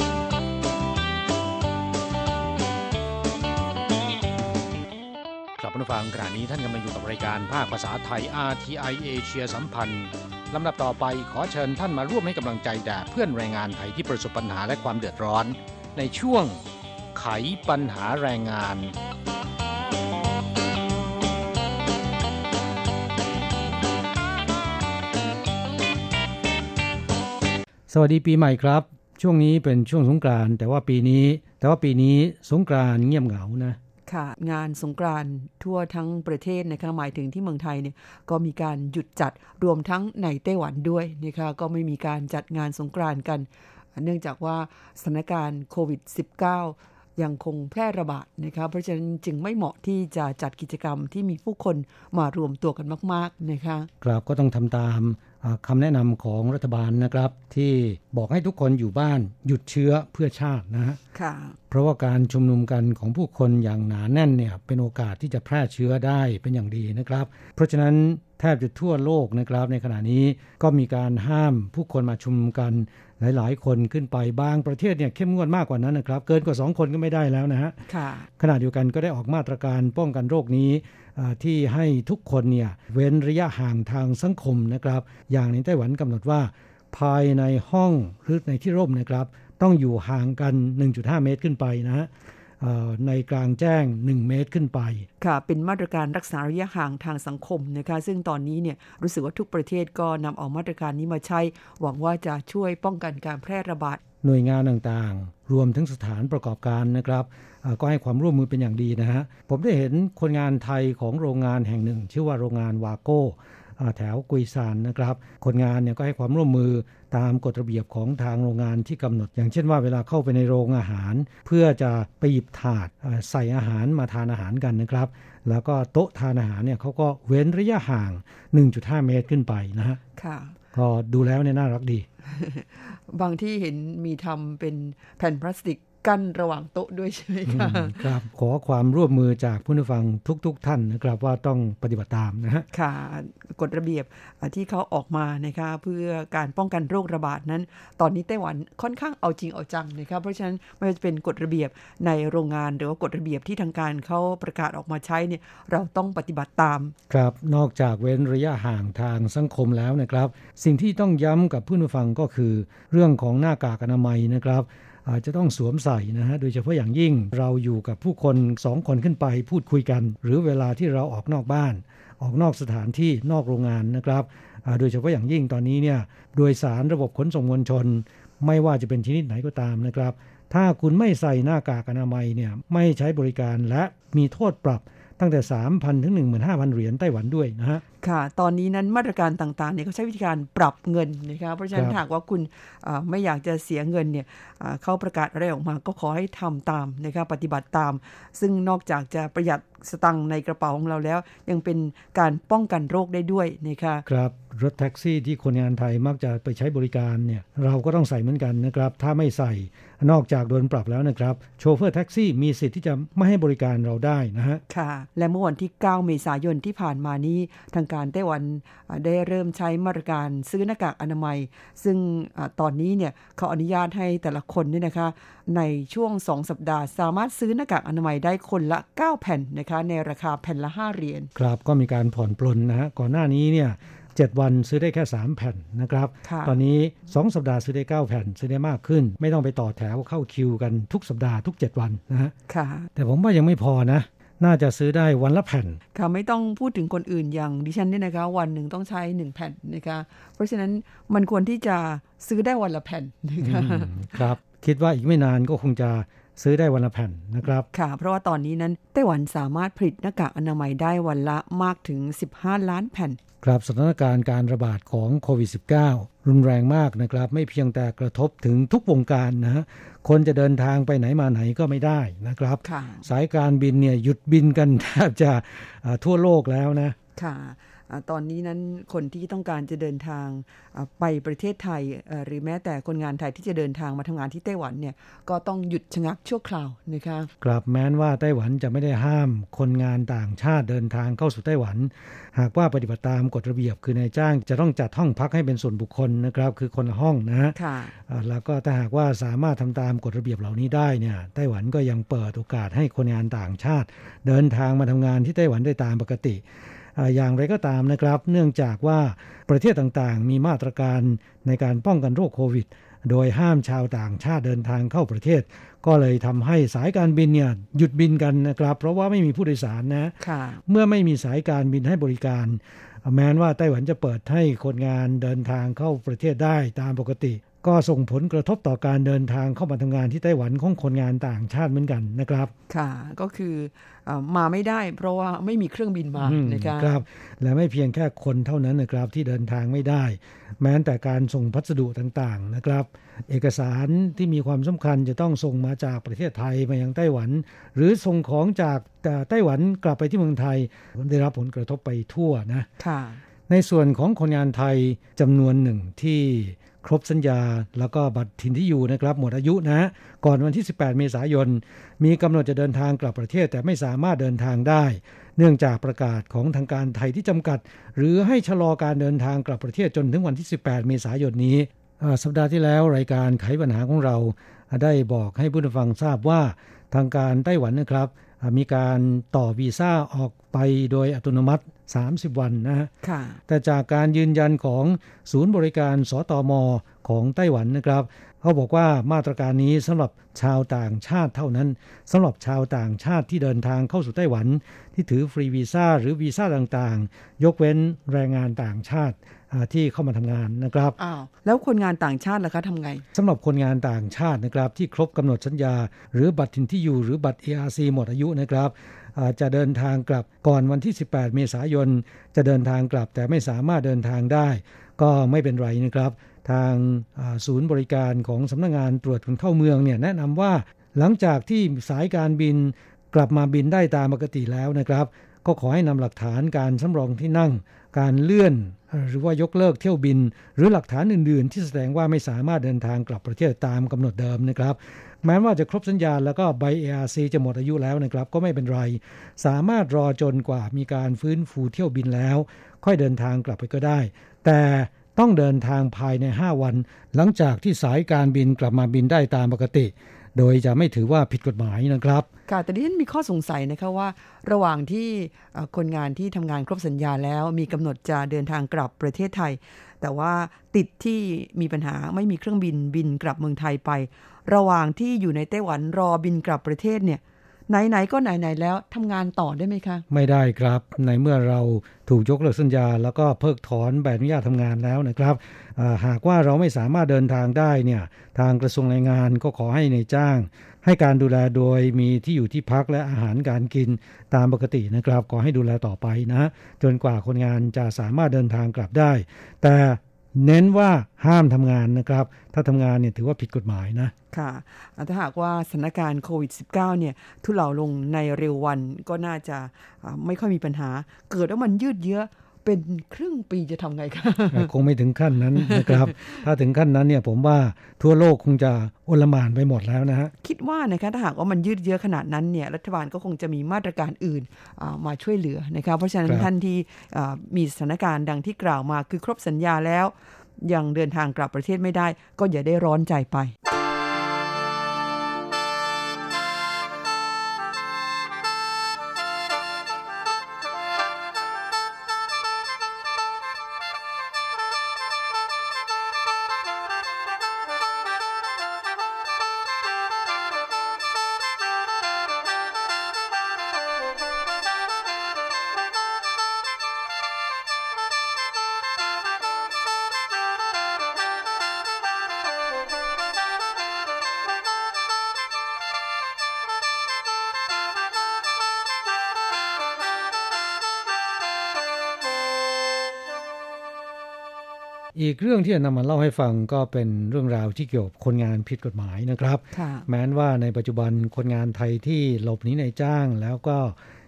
ผคุณผู้ฟังขณะนี้ท่านกำลังอยู่กับรายการภาคภาษาไทย อาร์ ที ไอ เอเชียสัมพันธ์ลำดับต่อไปขอเชิญท่านมาร่วมให้กำลังใจแด่เพื่อนแรงงานไทยที่ประสบปัญหาและความเดือดร้อนในช่วงไขปัญหาแรงงานสวัสดีปีใหม่ครับช่วงนี้เป็นช่วงสงกรานต์แต่ว่าปีนี้แต่ว่าปีนี้สงกรานต์เงียบเหงานะค่ะงานสงกรานต์ทั่วทั้งประเทศนะคะหมายถึงที่เมืองไทยเนี่ยก็มีการหยุดจัดรวมทั้งในไต้หวันด้วยนะคะก็ไม่มีการจัดงานสงกรานต์กันเนื่องจากว่าสถานการณ์โควิด สิบเก้า ยังคงแพร่ระบาดนะคะเพราะฉะนั้นจึงไม่เหมาะที่จะจัดกิจกรรมที่มีผู้คนมารวมตัวกันมากๆนะคะครับก็ต้องทำตามคำแนะนำของรัฐบาลนะครับที่บอกให้ทุกคนอยู่บ้านหยุดเชื้อเพื่อชาตินะฮะเพราะว่าการชุมนุมกันของผู้คนอย่างหนาแน่นเนี่ยเป็นโอกาสที่จะแพร่เชื้อได้เป็นอย่างดีนะครับเพราะฉะนั้นแทบจะทั่วโลกนะครับในขณะนี้ก็มีการห้ามผู้คนมาชุมนุมกันหลายๆคนขึ้นไปบางประเทศเนี่ยเข้มงวดมากกว่านั้นนะครับเกินกว่าสองคนก็ไม่ได้แล้วนะฮะขณะเดียวกันก็ได้ออกมาตรการป้องกันโรคนี้ที่ให้ทุกคนเนี่ยเว้นระยะห่างทางสังคมนะครับอย่างในไต้หวันกำหนดว่าภายในห้องหรือในที่ร่มนะครับต้องอยู่ห่างกัน หนึ่งจุดห้า เมตรขึ้นไปนะฮะในกลางแจ้งหนึ่งเมตรขึ้นไปค่ะเป็นมาตรการรักษาระยะห่างทางสังคมนะคะซึ่งตอนนี้เนี่ยรู้สึกว่าทุกประเทศก็นำเอามาตรการนี้มาใช้หวังว่าจะช่วยป้องกันการแพร่ระบาดหน่วยงานต่างๆรวมถึงสถานประกอบการนะครับก็ให้ความร่วมมือเป็นอย่างดีนะฮะผมได้เห็นคนงานไทยของโรงงานแห่งหนึ่งชื่อว่าโรงงานวาโก้แถวกุยซานนะครับคนงานเนี่ยก็ให้ความร่วมมือตามกฎระเบียบของทางโรงงานที่กำหนดอย่างเช่นว่าเวลาเข้าไปในโรงอาหารเพื่อจะไปหยิบถาดใส่อาหารมาทานอาหารกันนะครับแล้วก็โต๊ะทานอาหารเนี่ยเขาก็เว้นระยะห่าง หนึ่งจุดห้า เมตรขึ้นไปนะฮะค่ะก็ดูแล้วเนี่ยน่ารักดีบางที่เห็นมีทำเป็นแผ่นพลาสติกกั้นระหว่างโต๊ะด้วยใช่ไหมคะครับขอความร่วมมือจากผู้ฟังทุกๆ ท่านนะครับว่าต้องปฏิบัติตามนะฮะค่ะกฎระเบียบที่เขาออกมานะคะเพื่อการป้องกันโรคระบาดนั้นตอนนี้ไต้หวันค่อนข้างเอาจริงเอาจังนะครับเพราะฉะนั้นไม่ว่าจะเป็นกฎระเบียบในโรงงานหรือว่ากฎระเบียบที่ทางการเขาประกาศออกมาใช้เนี่ยเราต้องปฏิบัติตามครับนอกจากเว้นระยะห่างทางสังคมแล้วนะครับสิ่งที่ต้องย้ำกับผู้ฟังก็คือเรื่องของหน้ากากอนามัยนะครับอาจจะต้องสวมใส่นะฮะโดยเฉพาะอย่างยิ่งเราอยู่กับผู้คนสองคนขึ้นไปพูดคุยกันหรือเวลาที่เราออกนอกบ้านออกนอกสถานที่นอกโรงงานนะครับโดยเฉพาะอย่างยิ่งตอนนี้เนี่ยโดยสารระบบขนส่งมวลชนไม่ว่าจะเป็นชนิดไหนก็ตามนะครับถ้าคุณไม่ใส่หน้ากากอนามัยเนี่ยไม่ใช้บริการและมีโทษปรับตั้งแต่ สามพัน ถึง หนึ่งหมื่นห้าพัน เหรียญไต้หวันด้วยนะฮะค่ะตอนนี้นั้นมาตรการต่างๆเนี่ยเขาใช้วิธีการปรับเงินนะคะเพราะฉะนั้นหากว่าคุณไม่อยากจะเสียเงินเนี่ยเขาประกาศอะไรออกมาก็ขอให้ทำตามนะคะปฏิบัติตามซึ่งนอกจากจะประหยัดสตังค์ในกระเป๋าของเราแล้วยังเป็นการป้องกันโรคได้ด้วยนะคะครับรถแท็กซี่ที่คนงานไทยมักจะไปใช้บริการเนี่ยเราก็ต้องใส่เหมือนกันนะครับถ้าไม่ใส่นอกจากโดนปรับแล้วนะครับโชเฟอร์แท็กซี่มีสิทธิ์ที่จะไม่ให้บริการเราได้นะฮะค่ะและเมื่อวันที่เก้าเมษายนที่ผ่านมานี้ทางการไต้หวันได้เริ่มใช้มาตรการซื้อหน้ากากอนามัยซึ่งตอนนี้เนี่ยเขาอนุญาตให้แต่ละคนเนี่ยนะคะในช่วงสองสัปดาห์สามารถซื้อหน้ากากอนามัยได้คนละเก้าแผ่นนะคะในราคาแผ่นละห้าเหรียญครับก็มีการผ่อนปลนนะฮะก่อนหน้านี้เนี่ยเจ็ดวันซื้อได้แค่สามแผ่นนะครับตอนนี้สองสัปดาห์ซื้อได้เก้าแผ่นซื้อได้มากขึ้นไม่ต้องไปต่อแถวเข้าคิวกันทุกสัปดาห์ทุกเจ็ดวันนะฮะค่ะแต่ผมว่ายังไม่พอนะน่าจะซื้อได้วันละแผ่นค่ะไม่ต้องพูดถึงคนอื่นอย่างดิฉันเนี่ยนะคะวันหนึ่งต้องใช้หนึ่งแผ่นนะคะเพราะฉะนั้นมันควรที่จะซื้อได้วันละแผ่นนะคะครับคิดว่าอีกไม่นานก็คงจะซื้อได้วันละแผ่นนะครับค่ะเพราะว่าตอนนี้นั้นไต้หวันสามารถผลิตหน้ากากอนามัยได้วันละมากถึงสิบห้าล้านแผ่นครับสถานการณ์การระบาดของโควิด สิบเก้า รุนแรงมากนะครับไม่เพียงแต่กระทบถึงทุกวงการนะฮะคนจะเดินทางไปไหนมาไหนก็ไม่ได้นะครับสายการบินเนี่ยหยุดบินกันแทบจะทั่วโลกแล้วนะค่ะตอนนี้นั้นคนที่ต้องการจะเดินทางไปประเทศไทยหรือแม้แต่คนงานไทยที่จะเดินทางมาทำงานที่ไต้หวันเนี่ยก็ต้องหยุดชะงักชั่วคราวนะคะกลับแม้นว่าไต้หวันจะไม่ได้ห้ามคนงานต่างชาติเดินทางเข้าสู่ไต้หวันหากว่าปฏิบัติตามกฎระเบียบคือนายจ้างจะต้องจัดห้องพักให้เป็นส่วนบุคคลนะครับคือคนละห้องนะฮะแล้วก็ถ้าหากว่าสามารถทำตามกฎระเบียบเหล่านี้ได้เนี่ยไต้หวันก็ยังเปิดโอกาสให้คนงานต่างชาติเดินทางมาทำงานที่ไต้หวันได้ตามปกติอย่างไรก็ตามนะครับเนื่องจากว่าประเทศต่างๆมีมาตรการในการป้องกันโรคโควิดโดยห้ามชาวต่างชาติเดินทางเข้าประเทศก็เลยทำให้สายการบินเนี่ยหยุดบินกันนะครับเพราะว่าไม่มีผู้โดยสารนะเมื่อไม่มีสายการบินให้บริการแม้ว่าไต้หวันจะเปิดให้คนงานเดินทางเข้าประเทศได้ตามปกติก็ส่งผลกระทบต่อการเดินทางเข้ามาทำงานที่ไต้หวันของคนงานต่างชาติเหมือนกันนะครับค่ะก็คือมาไม่ได้เพราะว่าไม่มีเครื่องบินมานะครับครับและไม่เพียงแค่คนเท่านั้นนะครับที่เดินทางไม่ได้แม้แต่การส่งพัสดุต่างๆนะครับเอกสารที่มีความสำคัญจะต้องส่งมาจากประเทศไทยมายังไต้หวันหรือส่งของจากไต้หวันกลับไปที่เมืองไทยได้รับผลกระทบไปทั่วนะค่ะในส่วนของคนงานไทยจำนวนหนึ่งที่ครบสัญญาแล้วก็บัตรถิ่นที่อยู่นะครับหมดอายุนะก่อนวันที่สิบแปดเมษายนมีกำหนดจะเดินทางกลับประเทศแต่ไม่สามารถเดินทางได้เนื่องจากประกาศของทางการไทยที่จำกัดหรือให้ชะลอการเดินทางกลับประเทศจนถึงวันที่สิบแปดเมษายนนี้สัปดาห์ที่แล้วรายการไขปัญหาของเราได้บอกให้ผู้ฟังทราบว่าทางการไต้หวันนะครับมีการต่อวีซ่าออกไปโดยอัตโนมัติสามสิบวันนะฮะแต่จากการยืนยันของศูนย์บริการสตม.ของไต้หวันนะครับเขาบอกว่ามาตรการนี้สำหรับชาวต่างชาติเท่านั้นสำหรับชาวต่างชาติที่เดินทางเข้าสู่ไต้หวันที่ถือฟรีวีซ่าหรือวีซ่าต่างๆยกเว้นแรงงานต่างชาติที่เข้ามาทำงานนะครับอ้าวแล้วคนงานต่างชาติล่ะคะทำไงสำหรับคนงานต่างชาตินะครับที่ครบกำหนดสัญญาหรือบัตรถิ่นที่อยู่หรือบัตร เอ อาร์ ซี หมดอายุนะครับจะเดินทางกลับก่อนวันที่สิบแปดเมษายนจะเดินทางกลับแต่ไม่สามารถเดินทางได้ก็ไม่เป็นไรนะครับทางศูนย์บริการของสำนักงานตรวจคนเข้าเมืองเนี่ยแนะนำว่าหลังจากที่สายการบินกลับมาบินได้ตามปกติแล้วนะครับก็ขอให้นำหลักฐานการสำรองที่นั่งการเลื่อนหรือว่ายกเลิกเที่ยวบินหรือหลักฐานอื่นๆที่แสดงว่าไม่สามารถเดินทางกลับประเทศตามกำหนดเดิมนะครับแม้ว่าจะครบสัญญาแล้วก็ใบ เอ อาร์ ซี จะหมดอายุแล้วนะครับก็ไม่เป็นไรสามารถรอจนกว่ามีการฟื้นฟูเที่ยวบินแล้วค่อยเดินทางกลับไปก็ได้แต่ต้องเดินทางภายในห้าวันหลังจากที่สายการบินกลับมาบินได้ตามปกติโดยจะไม่ถือว่าผิดกฎหมายนะครับค่ะแต่ดิฉันมีข้อสงสัยนะคะว่าระหว่างที่คนงานที่ทำงานครบสัญญาแล้วมีกำหนดจะเดินทางกลับประเทศไทยแต่ว่าติดที่มีปัญหาไม่มีเครื่องบินบินกลับเมืองไทยไประหว่างที่อยู่ในไต้หวันรอบินกลับประเทศเนี่ยไหนๆก็ไหนๆแล้วทำงานต่อได้ไหมคะไม่ได้ครับในเมื่อเราถูกยกเลิกสัญญาแล้วก็เพิกถอนใบอนุญาตทำงานแล้วนะครับหากว่าเราไม่สามารถเดินทางได้เนี่ยทางกระทรวงแรงงานก็ขอให้นายจ้างให้การดูแลโดยมีที่อยู่ที่พักและอาหารการกินตามปกตินะครับขอให้ดูแลต่อไปนะจนกว่าคนงานจะสามารถเดินทางกลับได้แต่เน้นว่าห้ามทำงานนะครับถ้าทำงานเนี่ยถือว่าผิดกฎหมายนะค่ะถ้าหากว่าสถานการณ์โควิด สิบเก้า เนี่ยทุเลาลงในเร็ววันก็น่าจะไม่ค่อยมีปัญหาเกิดว่ามันยืดเยื้อเป็นครึ่งปีจะทำไงคะคงไม่ถึงขั้นนั้นนะครับ ถ้าถึงขั้นนั้นเนี่ยผมว่าทั่วโลกคงจะโอลหม่านไปหมดแล้วนะฮะคิดว่านะคะถ้าหากว่ามันยืดเยื้อขนาดนั้นเนี่ยรัฐบาลก็คงจะมีมาตรการอื่นมาช่วยเหลือนะครับเพราะฉะนั้นท่านที่มีสถานการณ์ดังที่กล่าวมาคือครบสัญญาแล้วยังเดินทางกลับประเทศไม่ได้ก็อย่าได้ร้อนใจไปอีกเรื่องที่จะนำมาเล่าให้ฟังก็เป็นเรื่องราวที่เกี่ยวกับคนงานผิดกฎหมายนะครับแม้ว่าในปัจจุบันคนงานไทยที่หลบหนีนายจ้างแล้วก็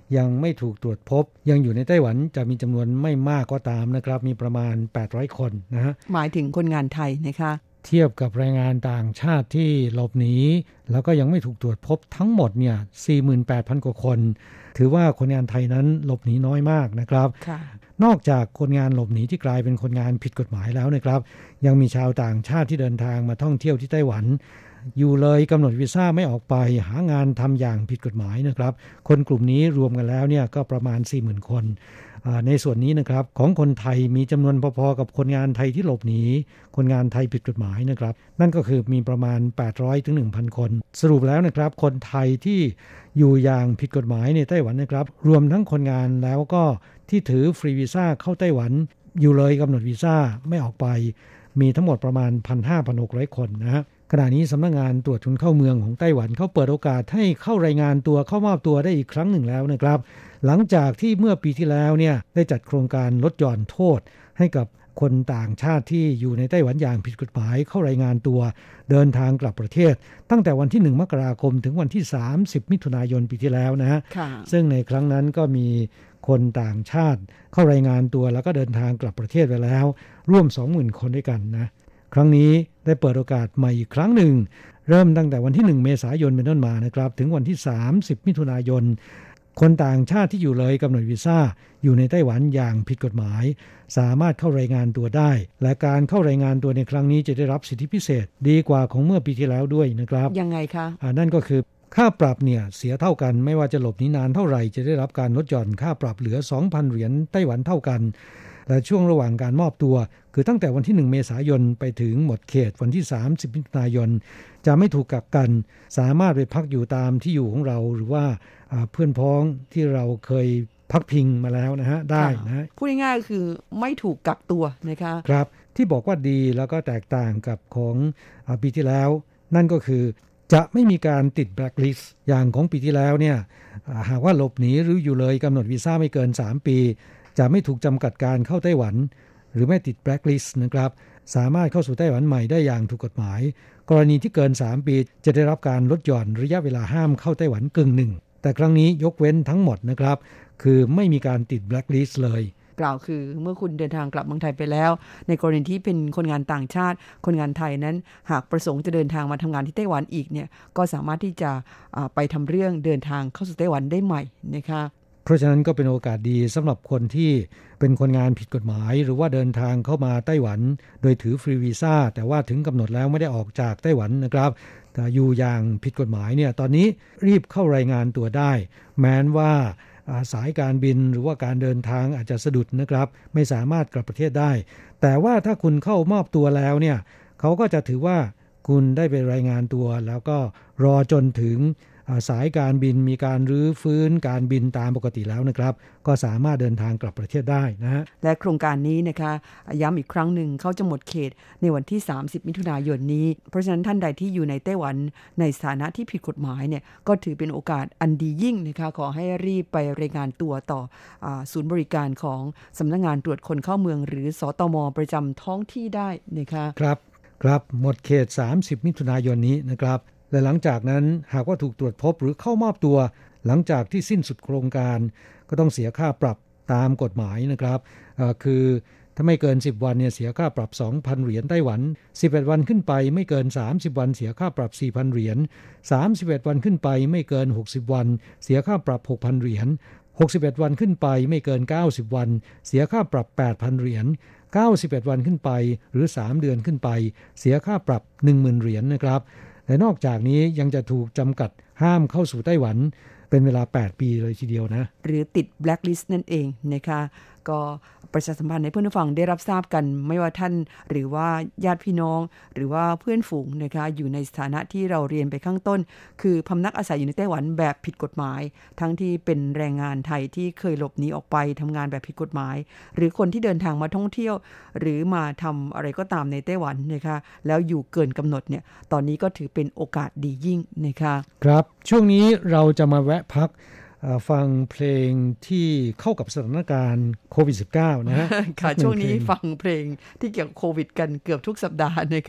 ยังไม่ถูกตรวจพบยังอยู่ในไต้หวันจะมีจำนวนไม่มากก็ตามนะครับมีประมาณแปดร้อยคนนะฮะหมายถึงคนงานไทยนะคะเทียบกับแรงงานต่างชาติที่หลบหนีแล้วก็ยังไม่ถูกตรวจพบทั้งหมดเนี่ย สี่หมื่นแปดพัน กว่าคนถือว่าคนงานไทยนั้นหลบหนีน้อยมากนะครับนอกจากคนงานหลบหนีที่กลายเป็นคนงานผิดกฎหมายแล้วนะครับยังมีชาวต่างชาติที่เดินทางมาท่องเที่ยวที่ไต้หวันอยู่เลยกำหนดวีซ่าไม่ออกไปหางานทำอย่างผิดกฎหมายนะครับคนกลุ่มนี้รวมกันแล้วเนี่ยก็ประมาณ สี่หมื่น คนในส่วนนี้นะครับของคนไทยมีจำนวนพอๆกับคนงานไทยที่หลบหนีคนงานไทยผิดกฎหมายนะครับนั่นก็คือมีประมาณแปดร้อยถึง หนึ่งพัน คนสรุปแล้วนะครับคนไทยที่อยู่อย่างผิดกฎหมายในไต้หวันนะครับรวมทั้งคนงานแล้วก็ที่ถือฟรีวีซ่าเข้าไต้หวันอยู่เลยกำหนดวีซ่าไม่ออกไปมีทั้งหมดประมาณ หนึ่งพันห้าร้อย หกร้อย คนนะฮะขณะนี้สำนักงานตรวจคนเข้าเมืองของไต้หวันเขาเปิดโอกาสให้เข้ารายงานตัวเข้ามอบตัวได้อีกครั้งหนึ่งแล้วนะครับหลังจากที่เมื่อปีที่แล้วเนี่ยได้จัดโครงการลดหย่อนโทษให้กับคนต่างชาติที่อยู่ในไต้หวันอย่างผิดกฎหมายเข้ารายงานตัวเดินทางกลับประเทศตั้งแต่วันที่หนึ่งมกราคมถึงวันที่สามสิบมิถุนายนปีที่แล้วนะฮะซึ่งในครั้งนั้นก็มีคนต่างชาติเข้ารายงานตัวแล้วก็เดินทางกลับประเทศไปแล้วร่วม สองหมื่น คนด้วยกันนะครั้งนี้ได้เปิดโอกาสใหม่อีกครั้งหนึ่งเริ่มตั้งแต่วันที่หนึ่งเมษายนเป็นต้นมานะครับถึงวันที่สามสิบมิถุนายนคนต่างชาติที่อยู่เลยกำหนดวีซ่าอยู่ในไต้หวันอย่างผิดกฎหมายสามารถเข้ารายงานตัวได้และการเข้ารายงานตัวในครั้งนี้จะได้รับสิทธิพิเศษดีกว่าของเมื่อปีที่แล้วด้วยนะครับยังไงคะอ่านั่นก็คือค่าปรับเนี่ยเสียเท่ากันไม่ว่าจะหลบหนีนานเท่าไหร่จะได้รับการลดหย่อนค่าปรับเหลือ สองพัน เหรียญไต้หวันเท่ากันและช่วงระหว่างการมอบตัวคือตั้งแต่วันที่หนึ่งเมษายนไปถึงหมดเขตวันที่สามสิบมิถุนายนจะไม่ถูกกักกันสามารถไปพักอยู่ตามที่อยู่ของเราหรือว่าเพื่อนพ้องที่เราเคยพักพิงมาแล้วนะฮะได้นะพูดง่ายๆคือไม่ถูกกักตัวนะคะครับที่บอกว่าดีแล้วก็แตกต่างกับของปีที่แล้วนั่นก็คือจะไม่มีการติดแบล็คลิสต์อย่างของปีที่แล้วเนี่ยหากว่าหลบหนีหรืออยู่เลยกำหนดวีซ่าไม่เกินสามปีจะไม่ถูกจำกัดการเข้าไต้หวันหรือไม่ติดแบล็คลิสต์นะครับสามารถเข้าสู่ไต้หวันใหม่ได้อย่างถูกกฎหมายกรณีที่เกินสามปีจะได้รับการลดหย่อนระยะเวลาห้ามเข้าไต้หวันกึ่งหนึ่งแต่ครั้งนี้ยกเว้นทั้งหมดนะครับคือไม่มีการติดแบล็คลิสต์เลยกล่าวคือเมื่อคุณเดินทางกลับเมืองไทยไปแล้วในกรณีที่เป็นคนงานต่างชาติคนงานไทยนั้นหากประสงค์จะเดินทางมาทำงานที่ไต้หวันอีกเนี่ยก็สามารถที่จะไปทำเรื่องเดินทางเข้าสู่ไต้หวันได้ใหม่นะคะเพราะฉะนั้นก็เป็นโอกาสดีสำหรับคนที่เป็นคนงานผิดกฎหมายหรือว่าเดินทางเข้ามาไต้หวันโดยถือฟรีวีซ่าแต่ว่าถึงกำหนดแล้วไม่ได้ออกจากไต้หวันนะครับแต่อยู่อย่างผิดกฎหมายเนี่ยตอนนี้รีบเข้ารายงานตัวได้แม้นว่าสายการบินหรือว่าการเดินทางอาจจะสะดุดนะครับไม่สามารถกลับประเทศได้แต่ว่าถ้าคุณเข้ามอบตัวแล้วเนี่ยเขาก็จะถือว่าคุณได้ไปรายงานตัวแล้วก็รอจนถึงสายการบินมีการรื้อฟื้นการบินตามปกติแล้วนะครับก็สามารถเดินทางกลับประเทศได้นะฮะและโครงการนี้นะคะย้ำอีกครั้งหนึ่งเขาจะหมดเขตในวันที่สามสิบมิถุนายนนี้เพราะฉะนั้นท่านใดที่อยู่ในไต้หวันในสถานะที่ผิดกฎหมายเนี่ยก็ถือเป็นโอกาสอันดียิ่งนะคะขอให้รีบไปรายงานตัวต่อศูนย์บริการของสำนักงานตรวจคนเข้าเมืองหรือสตม.ประจำท้องที่ได้นะคะครับครับหมดเขตสามสิบมิถุนายนนี้นะครับและหลังจากนั้นหากว่าถูกตรวจพบหรือเข้ามอบตัวหลังจากที่สิ้นสุดโครงการก็ต้องเสียค่าปรับตามกฎหมายนะครับคือถ้าไม่เกินสิบวันเนี่ยเสียค่าปรับ สองพัน เหรียญไต้หวันสิบเอ็ดวันขึ้นไปไม่เกินสามสิบวันเสียค่าปรับ สี่พัน เหรียญสามสิบเอ็ดวันขึ้นไปไม่เกินหกสิบวันเสียค่าปรับ หกพัน เหรียญหกสิบเอ็ดวันขึ้นไปไม่เกินเก้าสิบวันเสียค่าปรับ แปดพัน เหรียญเก้าสิบเอ็ดวันขึ้นไปหรือสามเดือนขึ้นไปเสียค่าปรับ หนึ่งหมื่น เหรียญนะครับและนอกจากนี้ยังจะถูกจำกัดห้ามเข้าสู่ไต้หวันเป็นเวลาแปดปีเลยทีเดียวนะหรือติดแบล็คลิสต์นั่นเองนะคะก็ประชาสัมพันธ์ให้เพื่อนผู้ฟังได้รับทราบกันไม่ว่าท่านหรือว่าญาติพี่น้องหรือว่าเพื่อนฝูงนะคะอยู่ในสถานะที่เราเรียนไปข้างต้นคือพำนักอาศัยอยู่ในไต้หวันแบบผิดกฎหมายทั้งที่เป็นแรงงานไทยที่เคยหลบหนีออกไปทำงานแบบผิดกฎหมายหรือคนที่เดินทางมาท่องเที่ยวหรือมาทำอะไรก็ตามในไต้หวันนะคะแล้วอยู่เกินกำหนดเนี่ยตอนนี้ก็ถือเป็นโอกาสดียิ่งนะคะครับช่วงนี้เราจะมาแวะพักฟังเพลงที่เข้ากับสถานการณ์โควิด สิบเก้า นะฮะค่ะช่วงนี้ฟังเพลงที่เกี่ยวกับโควิดกันเกือบทุกสัปดาห์นะคะ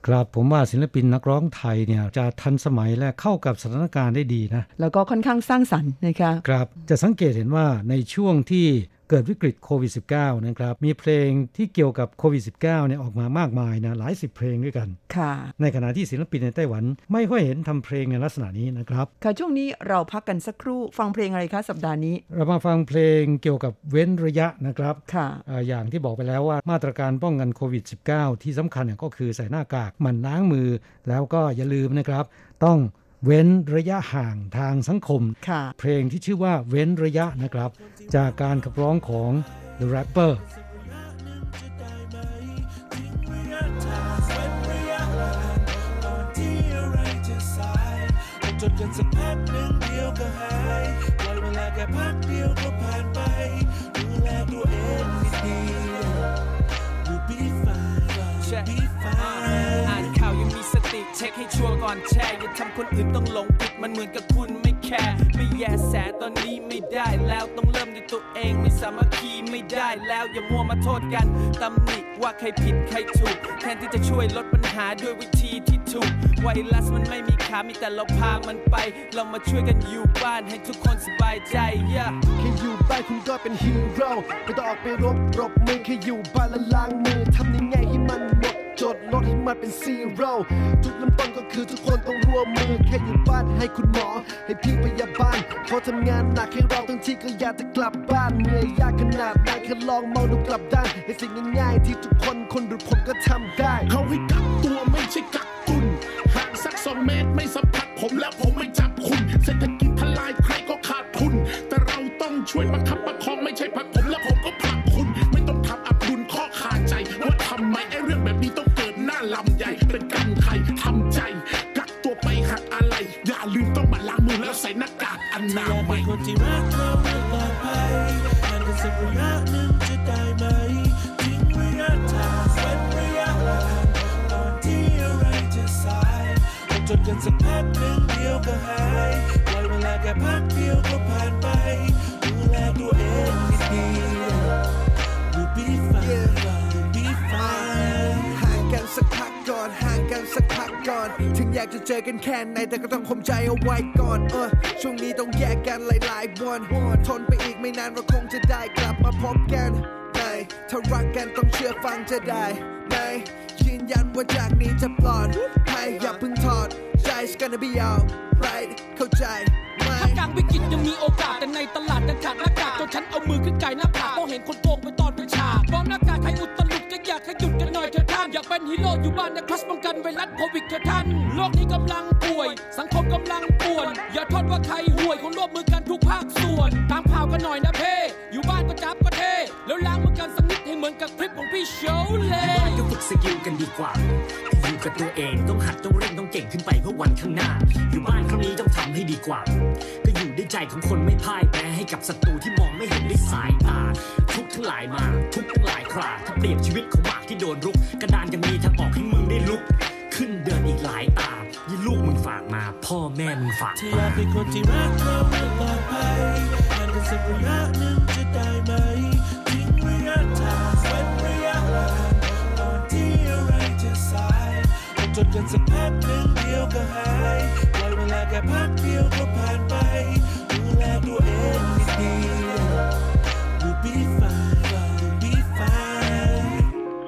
ครับผมว่าศิลปินนักร้องไทยเนี่ยจะทันสมัยและเข้ากับสถานการณ์ได้ดีนะแล้วก็ค่อนข้างสร้างสรรค์นะคะครับจะสังเกตเห็นว่าในช่วงที่เกิดวิกฤตโควิด สิบเก้า นะครับมีเพลงที่เกี่ยวกับโควิด สิบเก้า เนี่ยออกมามากมายนะหลายสิบเพลงด้วยกันค่ะในขณะที่ศิลปินในไต้หวันไม่ค่อยเห็นทำเพลงในลักษณะนี้นะครับค่ะช่วงนี้เราพักกันสักครู่ฟังเพลงอะไรคะสัปดาห์นี้เรามาฟังเพลงเกี่ยวกับเว้นระยะนะครับค่ะอ, อย่างที่บอกไปแล้วว่ามาตรการป้องกันโควิด สิบเก้า ที่สำคัญเนี่ยก็คือใส่หน้ากากหมั่นล้างมือแล้วก็อย่าลืมนะครับต้องเว้นระยะห่างทางสังคมเพลงที่ชื่อว่าเว้นระยะนะครับจากการขับร้องของ The Rapper จนกันสักพักหนึ่งเดียวก็หายปล่อยเวลาแค่พักเดียวก็ผ่านไปดูแลตัวเองให้ดี You be fine be fine อ่านข่าวยังมีสติเช็คให้ชัวร์ก่อนแชร์อย่าทำคนอื่นต้องหลงผิดมันเหมือนกับคุณไม่แคร์ไม่แยแสตอนนี้ไม่ได้แล้วต้องเริ่มด้วยตัวเองไม่สามัคคีไม่ได้แล้วอย่ามัวมาโทษกันตำหนิว่าใครผิดใครถูกแทนที่จะช่วยลดปัญหาด้วยวิธีที่ถูกไวรัสมันไม่มีขามีแต่เราพามันไปเรามาช่วยกันอยู่บ้านให้ทุกคนสบายใจyeah. แค่อยู่บ้านคุณก็เป็นฮีโร่ไม่ต้องออกไปรบรบมือแค่อยู่บ้านและล้างมือทำยังไงให้มันหมดจดลดให้มันเป็นซีโร่จุดเริ่มต้นก็คือทุกคนต้องร่วมมือแค่อยู่บ้านให้คุณหมอให้พี่พยาบาลเขาทำงานหนักให้เราทั้งที่ก็อยากจะกลับบ้านเหนื่อยยากขนาดไหนแค่ลองมองดูกลับด้านไอ้สิ่งง่ายๆที่ทุกคนคนหรือผมก็ทำได้เขาให้กักตัวไม่ใช่กักตุนห่างสักสองเมตรไม่สัมผัสผมแล้วผมไม่จับคุณเศรษฐกิจทลายใครก็ขาดทุนแต่เราต้องช่วยประคับประคองไม่ใช่ผลักผมแล้วผมก็ผลักคุณไม่ต้องทำอับดุลข้อขาดใจว่าทำไมไอ้เรื่องแบบนี้ต้องเกิดหน้าลำใหญ่เป็นกรรมใครทำใจกักตัวไปหักอะไรอย่าลืมต้องมาล้างมือแล้วใส่หน้ากากอนามัยคนที่รักเราไม่ปลอดภัยห่างกันสักระยะหนึ่งจะได้ไหมทิ้งระยะทางเว้นระยะห่างก่อนที่อะไรจะสายจนกันสักพักหนึ่งเดียวก็หายปล่อยเวลาแค่พักเดียวก็ผ่านไปดูแลตัวเองให้ดี You be fine You be fine ห่างกันสักพักก่อนห่างกันสักพักก่อนถึงอยากจะเจอกันแค่ไหนแต่ก็ต้องข่มใจเอาไว้ก่อนเออช่วงนี้ต้องแยกกันหลายๆวันทนไปอีกไม่นานเราคงจะได้กลับมาพบกันในถ้ารักกันต้องเชื่อฟังจะได้ในยืนยันว่าจากนี้จะปลอดภัยอย่าเพิ่งถอดใจ It's gonna be alright เข้าใจไหมถ้ากลางวิกฤตยังมีโอกาสแต่ในตลาดยังขาดหน้ากากจนฉันเอามือขึ้นไกลหน้าผากเพราะเห็นคนโกงไปตอนไปฉากพร้อมหน้ากากใครอุตลุดก็อยากให้หยุดกันหน่อยเถอะท่านอยากเป็นฮีโร่อยู่บ้านนะคลัสป้องกันไวรัสโควิดเถอะท่านโลกนี้กำลังป่วยสังคมกำลังป่วนอย่าโทษว่าใครห่วยคนร่วมมือกันทุกภาคส่วนตามข่าวกันหน่อยนะเพ่อยู่บ้านก็จับก็เทแล้วล้างมือกันสักนิดให้เหมือนกับคลิปของพี่โชว์เลยบ้านก็ฝึกสกิลกันดีกว่าอยู่กับตัวเองต้องหัดต้องเร่งต้องเก่งขึ้นไปเพื่อวันข้างหน้าอยู่บ้านครั้งนี้ต้องทำให้ดีกว่าก็อยู่ด้วยใจของคนไม่พ่ายแพ้ให้กับศัตรูที่มองไม่เห็นด้วยสายตาทุกทั้งหลายมาทุกทั้งหลายคราถ้าเปรียบชีวิตของหมากที่โดนรุกกระดานยังมีทางออกให้มึงได้ลุกขึ้นเดินอีกหลายตายี่ลูกมึงฝากมาพ่อแม่มึงฝากที่อยากเป็นคนที่รักเราไม่ปลอดภัยห่างกันสักระยะหนึ่งจะได้ไหมทิ้งระยะทางเว้นระยะห่างก่อนที่อะไรจะสายจนกันสักพักหนึ่งเดียวก็หายปล่อยเวลาแค่พักเดียวก็ผ่านไปดูแลตัวเองให้ดี You be fine You be fine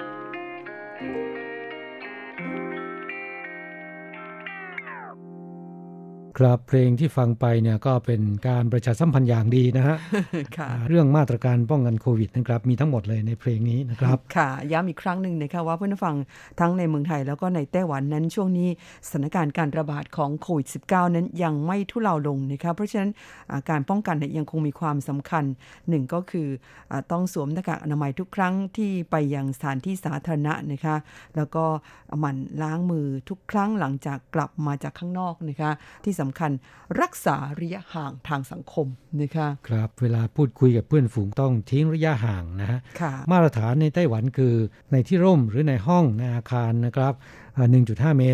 ครับเพลงที่ฟังไปเนี่ยก็เป็นการประชาสัมพันธ์อย่างดีนะฮะ เรื่องมาตรการป้องกันโควิดนะครับมีทั้งหมดเลยในเพลงนี้นะครับค่ะย้ำอีกครั้งหนึ่งนะคะว่าเพื่อนฟังทั้งในเมืองไทยแล้วก็ในไต้หวันนั้นช่วงนี้สถานการณ์การระบาดของโควิด สิบเก้า นั้นยังไม่ทุเลาลงนะคะเพราะฉะนั้นการป้องกันเนี่ยยังคงมีความสำคัญหนึ่งก็คือต้องสวมหน้ากากอนามัยทุกครั้งที่ไปยังสถานที่สาธารณะนะคะแล้วก็หมั่นล้างมือทุกครั้งหลังจากกลับมาจากข้างนอกนะคะที่สำคัญรักษาระยะห่างทางสังคมนะคะครับเวลาพูดคุยกับเพื่อนฝูงต้องทิ้งระยะห่างนะฮะมาตรฐานในไต้หวันคือในที่ร่มหรือในห้องในอาคารนะครับ หนึ่งจุดห้า เมตร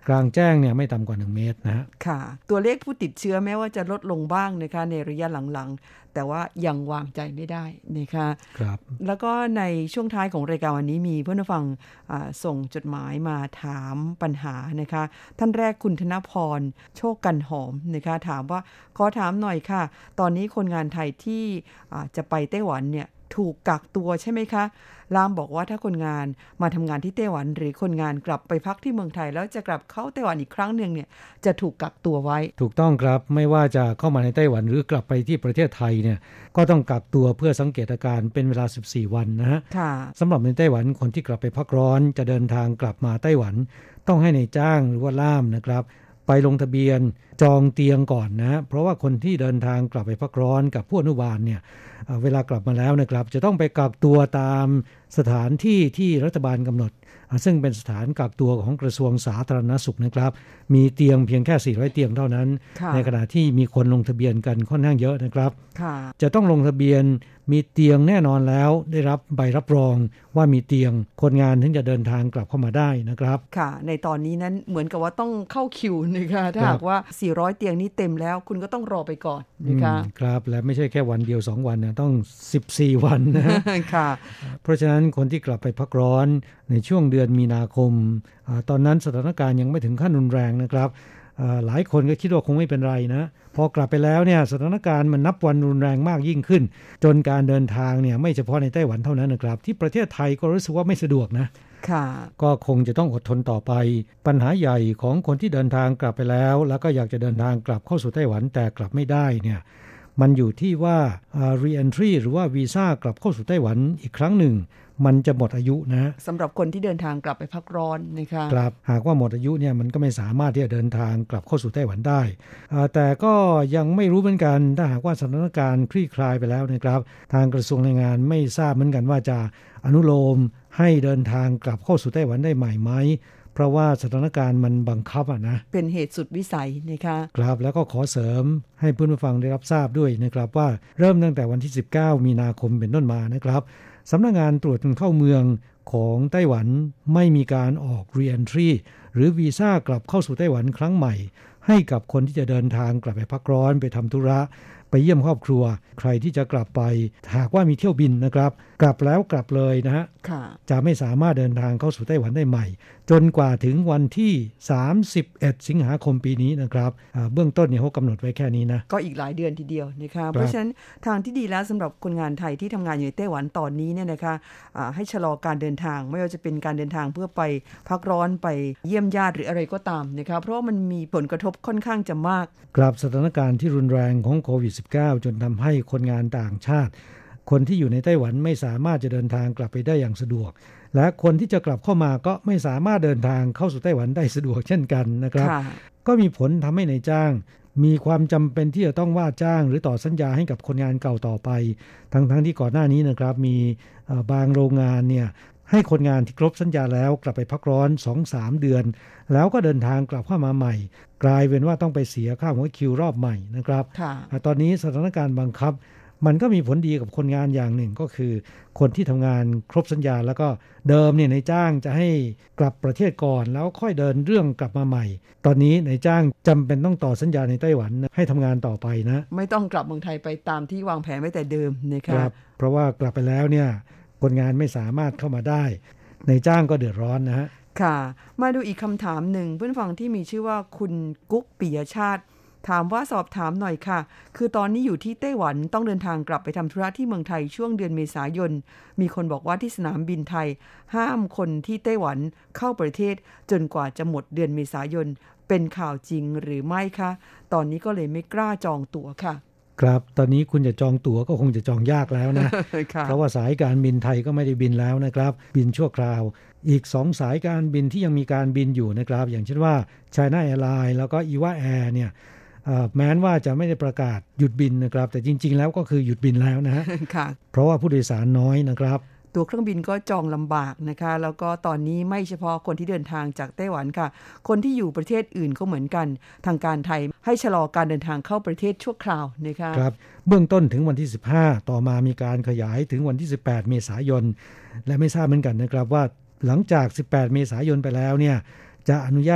กลางแจ้งเนี่ยไม่ต่ำกว่าหนึ่งเมตรนะฮะค่ะตัวเลขผู้ติดเชื้อแม้ว่าจะลดลงบ้างนะคะในระยะหลังๆแต่ว่ายังวางใจไม่ได้นะคะครับแล้วก็ในช่วงท้ายของรายการวันนี้มีเพื่อนผู้ฟังส่งจดหมายมาถามปัญหานะคะท่านแรกคุณธนพรโชคกันหอมนะคะถามว่าขอถามหน่อยค่ะตอนนี้คนงานไทยที่จะไปไต้หวันเนี่ยถูกกักตัวใช่ไหมคะลามบอกว่าถ้าคนงานมาทำงานที่ไต้หวันหรือคนงานกลับไปพักที่เมืองไทยแล้วจะกลับเข้าไต้หวันอีกครั้งนึงเนี่ยจะถูกกักตัวไว้ถูกต้องครับไม่ว่าจะเข้ามาในไต้หวันหรือกลับไปที่ประเทศไทยเนี่ยก็ต้องกักตัวเพื่อสังเกตอาการเป็นเวลาสิบสี่วันนะฮะสำหรับในไต้หวันคนที่กลับไปพักร้อนจะเดินทางกลับมาไต้หวันต้องให้ในจ้างหรือว่าล่ามนะครับไปลงทะเบียนจองเตียงก่อนนะเพราะว่าคนที่เดินทางกลับไปพักร้อนกับผู้อนุบาลเนี่ยเวลากลับมาแล้วนะครับจะต้องไปกักตัวตามสถานที่ที่รัฐบาลกำหนดซึ่งเป็นสถานกักตัวของกระทรวงสาธารณสุขนะครับมีเตียงเพียงแค่สี่ร้อยเตียงเท่านั้นในขณะที่มีคนลงทะเบียนกันค่อนข้างเยอะนะครับจะต้องลงทะเบียนมีเตียงแน่นอนแล้วได้รับใบรับรองว่ามีเตียงคนงานถึงจะเดินทางกลับเข้ามาได้นะครับค่ะในตอนนี้นั้นเหมือนกับว่าต้องเข้าคิวนะคะถ้าหากว่าสี่ร้อยเตียงนี้เต็มแล้วคุณก็ต้องรอไปก่อนนะคะครับและไม่ใช่แค่วันเดียวสองวันนะต้องสิบสี่วันนะค่ะเพราะฉะนั้นคนที่กลับไปพักร้อนในช่วงเดือนมีนาคมตอนนั้นสถานการณ์ยังไม่ถึงขั้นรุนแรงนะครับหลายคนก็คิดว่าคงไม่เป็นไรนะพอกลับไปแล้วเนี่ยสถานการณ์มันนับวันรุนแรงมากยิ่งขึ้นจนการเดินทางเนี่ยไม่เฉพาะในไต้หวันเท่านั้นนะครับที่ประเทศไทยก็รู้สึกว่าไม่สะดวกนะค่ะก็คงจะต้องอดทนต่อไปปัญหาใหญ่ของคนที่เดินทางกลับไปแล้วแล้วก็อยากจะเดินทางกลับเข้าสู่ไต้หวันแต่กลับไม่ได้เนี่ยมันอยู่ที่ว่า re-entry หรือว่าวีซ่ากลับเข้าสู่ไต้หวันอีกครั้งหนึ่งมันจะหมดอายุนะสำหรับคนที่เดินทางกลับไปพักร้อนนะคะครับหากว่าหมดอายุเนี่ยมันก็ไม่สามารถที่จะเดินทางกลับเข้าสู่ไต้หวันได้แต่ก็ยังไม่รู้เหมือนกันถ้าหากว่าสถานการณ์คลี่คลายไปแล้วนะครับทางกระทรวงแรงงานไม่ทราบเหมือนกันว่าจะอนุโลมให้เดินทางกลับเข้าสู่ไต้หวันได้ใหม่ไหมเพราะว่าสถานการณ์มันบังคับอ่ะนะเป็นเหตุสุดวิสัยนะคะครับแล้วก็ขอเสริมให้เพื่อนผู้ฟังได้รับทราบด้วยนะครับว่าเริ่มตั้งแต่วันที่สิบเก้ามีนาคมเป็นต้นมานะครับสำนักงานตรวจคนเข้าเมืองของไต้หวันไม่มีการออก re-entry หรือวีซ่ากลับเข้าสู่ไต้หวันครั้งใหม่ให้กับคนที่จะเดินทางกลับไปพักร้อนไปทำธุระไปเยี่ยมครอบครัวใครที่จะกลับไปหากว่ามีเที่ยวบินนะครับกลับแล้วกลับเลยนะฮะจะไม่สามารถเดินทางเข้าสู่ไต้หวันได้ใหม่จนกว่าถึงวันที่สามสิบเอ็ดสิงหาคมปีนี้นะครับเบื้องต้นเนี่ยเขากำหนดไว้แค่นี้นะก็อีกหลายเดือนทีเดียวนะคะเพราะฉะนั้นทางที่ดีแล้วสำหรับคนงานไทยที่ทำงานอยู่ในไต้หวันตอนนี้เนี่ยนะคะให้ชะลอการเดินทางไม่ว่าจะเป็นการเดินทางเพื่อไปพักร้อนไปเยี่ยมญาติหรืออะไรก็ตามนะคะเพราะมันมีผลกระทบค่อนข้างจะมากครับสถานการณ์ที่รุนแรงของโควิด สิบเก้า จนทำให้คนงานต่างชาติคนที่อยู่ในไต้หวันไม่สามารถจะเดินทางกลับไปได้อย่างสะดวกและคนที่จะกลับเข้ามาก็ไม่สามารถเดินทางเข้าสู่ไต้หวันได้สะดวกเช่นกันนะครับก็มีผลทำให้นายจ้างมีความจำเป็นที่จะต้องว่าจ้างหรือต่อสัญญาให้กับคนงานเก่าต่อไปทั้งๆ ท, ที่ก่อนหน้านี้นะครับมีบางโรงงานเนี่ยให้คนงานที่ครบสัญญาแล้วกลับไปพักร้อน สองถึงสาม เดือนแล้วก็เดินทางกลับเข้ามาใหม่กลายเป็นว่าต้องไปเสียค่าหัวคิวรอบใหม่นะครับตอนนี้สถานการณ์บังคับมันก็มีผลดีกับคนงานอย่างหนึ่งก็คือคนที่ทำงานครบสัญญาแล้วก็เดิมเนี่ยนายจ้างจะให้กลับประเทศก่อนแล้วค่อยเดินเรื่องกลับมาใหม่ตอนนี้นายจ้างจำเป็นต้องต่อสัญญาในไต้หวันให้ทำงานต่อไปนะไม่ต้องกลับเมืองไทยไปตามที่วางแผนไว้แต่เดิมนะครับเพราะว่ากลับไปแล้วเนี่ยคนงานไม่สามารถเข้ามาได้นายจ้างก็เดือดร้อนนะฮะค่ะมาดูอีกคำถามหนึ่งเพื่อนฟังที่มีชื่อว่าคุณกุ๊กปิยชาติถามว่าสอบถามหน่อยค่ะคือตอนนี้อยู่ที่ไต้หวันต้องเดินทางกลับไปทำธุระที่เมืองไทยช่วงเดือนเมษายนมีคนบอกว่าที่สนามบินไทยห้ามคนที่ไต้หวันเข้าประเทศจนกว่าจะหมดเดือนเมษายนเป็นข่าวจริงหรือไม่คะตอนนี้ก็เลยไม่กล้าจองตั๋วค่ะครับตอนนี้คุณจะจองตั๋วก็คงจะจองยากแล้วนะ เพราะว่าสายการบินไทยก็ไม่ได้บินแล้วนะครับบินชั่วคราวอีกสองสายการบินที่ยังมีการบินอยู่นะครับอย่างเช่นว่า China Airlines แล้วก็ อี วา Air เนี่ยแม้ว่าจะไม่ได้ประกาศหยุดบินนะครับแต่จริงๆแล้วก็คือหยุดบินแล้วนะฮะ เพราะว่าผู้โดยสารน้อยนะครับตัวเครื่องบินก็จองลำบากนะคะแล้วก็ตอนนี้ไม่เฉพาะคนที่เดินทางจากไต้หวันค่ะคนที่อยู่ประเทศอื่นก็เหมือนกันทางการไทยให้ชะลอการเดินทางเข้าประเทศชั่วคราวนะคะครับเบื้องต้นถึงวันที่สิบห้าต่อมามีการขยายถึงวันที่สิบแปดเมษายนและไม่ทราบเหมือนกันนะครับว่าหลังจากสิบแปดเมษายนไปแล้วเนี่ยจะอนุญาต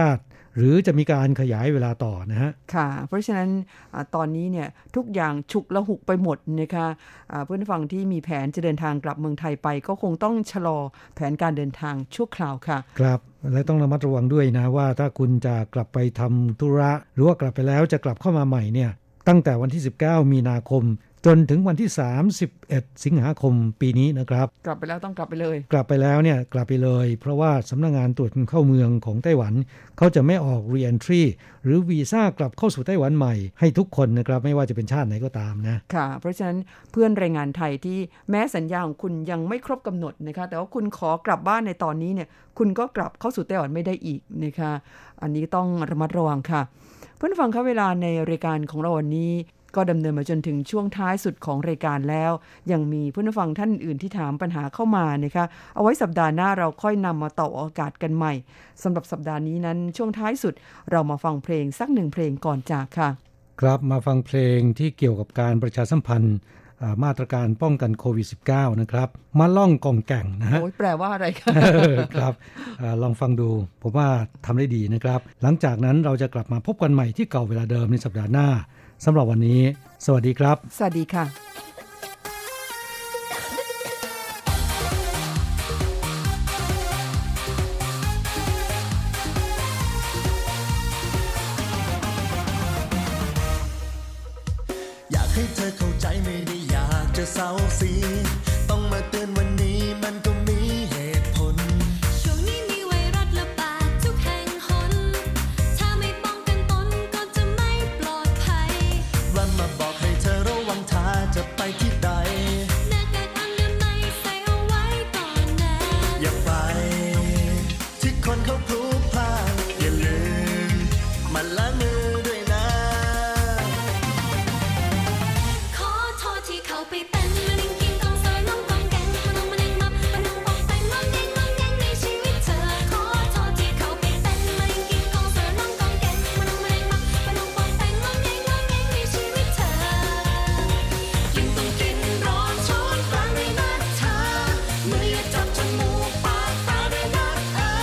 หรือจะมีการขยายเวลาต่อนะฮะค่ะเพราะฉะนั้นตอนนี้เนี่ยทุกอย่างฉุกละหุกไปหมดนะคะเพื่อนฟังที่มีแผนจะเดินทางกลับเมืองไทยไปก็คงต้องชะลอแผนการเดินทางชั่วคราวค่ะครับและต้องระมัดระวังด้วยนะว่าถ้าคุณจะกลับไปทำธุระหรือว่ากลับไปแล้วจะกลับเข้ามาใหม่เนี่ยตั้งแต่วันที่สิบเก้ามีนาคมจนถึงวันที่สามสิบเอ็ดสิงหาคมปีนี้นะครับกลับไปแล้วต้องกลับไปเลยกลับไปแล้วเนี่ยกลับไปเลยเพราะว่าสำนักงานตรวจคนเข้าเมืองของไต้หวันเขาจะไม่ออก re-entry หรือวีซ่ากลับเข้าสู่ไต้หวันใหม่ให้ทุกคนนะครับไม่ว่าจะเป็นชาติไหนก็ตามนะค่ะเพราะฉะนั้นเพื่อนแรงงานไทยที่แม้สัญญาของคุณยังไม่ครบกำหนดนะคะแต่ว่าคุณขอกลับบ้านในตอนนี้เนี่ยคุณก็กลับเข้าสู่ไต้หวันไม่ได้อีกนะคะอันนี้ต้องระมัดระวังค่ะเพื่อนฟังคะเวลาในรายการของเราวันนี้ก็ดำเนินมาจนถึงช่วงท้ายสุดของรายการแล้วยังมีผู้ฟังท่านอื่นที่ถามปัญหาเข้ามานะคะเอาไว้สัปดาห์หน้าเราค่อยนำมาต่ออากาศกันใหม่สำหรับสัปดาห์นี้นั้นช่วงท้ายสุดเรามาฟังเพลงสักหนึ่งเพลงก่อนจากค่ะครับมาฟังเพลงที่เกี่ยวกับการประชาสัมพันธ์มาตรการป้องกันโควิด สิบเก้า นะครับมาล่องกองแก่งนะฮะโอ้ยแปลว่าอะไรคะครับลองฟังดูผมว่าทำได้ดีนะครับหลังจากนั้นเราจะกลับมาพบกันใหม่ที่เก่าเวลาเดิมในสัปดาห์หน้าสำหรับวันนี้สวัสดีครับสวัสดีค่ะอยากให้เธอเข้าใจไม่ได้อยากจะเศร้าสีต้องมาเตือนวันนี้มันก็มีเหตุผลช่วงนี้มีไวรัสระบาดทุกแห่งหนถ้าไม่ป้องกันตนก็จะไม่ปลอดภัยวันมาบอกให้เธอระวังถ้าจะไปที่ใดหน้ากากอนามัยใส่เอาไว้ก่อนนะอย่าไปที่คนเขาพลุกพล่านอย่าลืมมาล้างมือด้วยนะขอโทษที่เขาไปเป็นมะเร็งกินกองเสริมน้องกองแกงมะนงมะเร็งมับมะนงปองแปงงอนแงงงอนแงงในชีวิตเธอขอโทษที่เขาไปเป็นมะเร็งกินกองเสริมน้องกองแกงมะนงมะเร็งมับมะนงปองแปงงอนแงงงอนแงงในชีวิตเธอกินต้องกินร้อนช้อนกลางเลยนะเธอมืออย่าจับจมูกปากตาด้วยนะเออ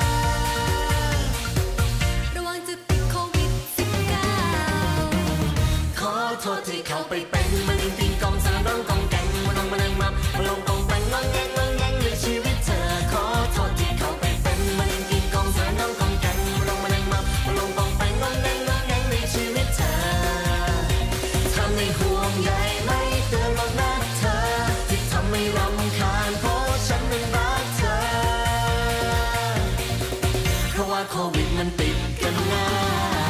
ระวังจะติดโควิด สิบเก้าขอโทษที่เขาไปเป็นมะเร็งกินกองเสริมน้องกองแกงมะนงมะเร็งมับมะนงปองแปงงอนแงงงอนแงงในชีวิตเธอขอโทษที่เขาไปเป็นมะเร็งกินกองเสริมน้องกองแกงมะนงมะเร็งมับมะนงปองแปงงอนแงงงอนแงงในชีวิตเธอทำให้ห่วงใยไม่เตือนหรอกนะเธอที่ทำให้รำคาญเพราะฉันนั้นรักเธอเพราะว่าโควิดมันติดกันง่าย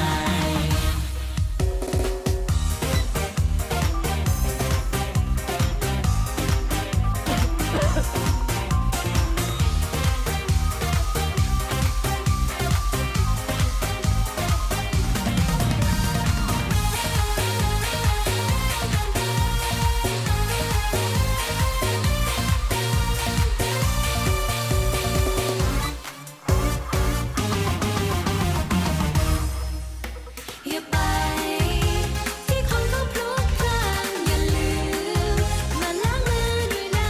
อย่าไปที่คนเขาพลุกพล่านอย่าลืมมาล้างมือด้วยนะ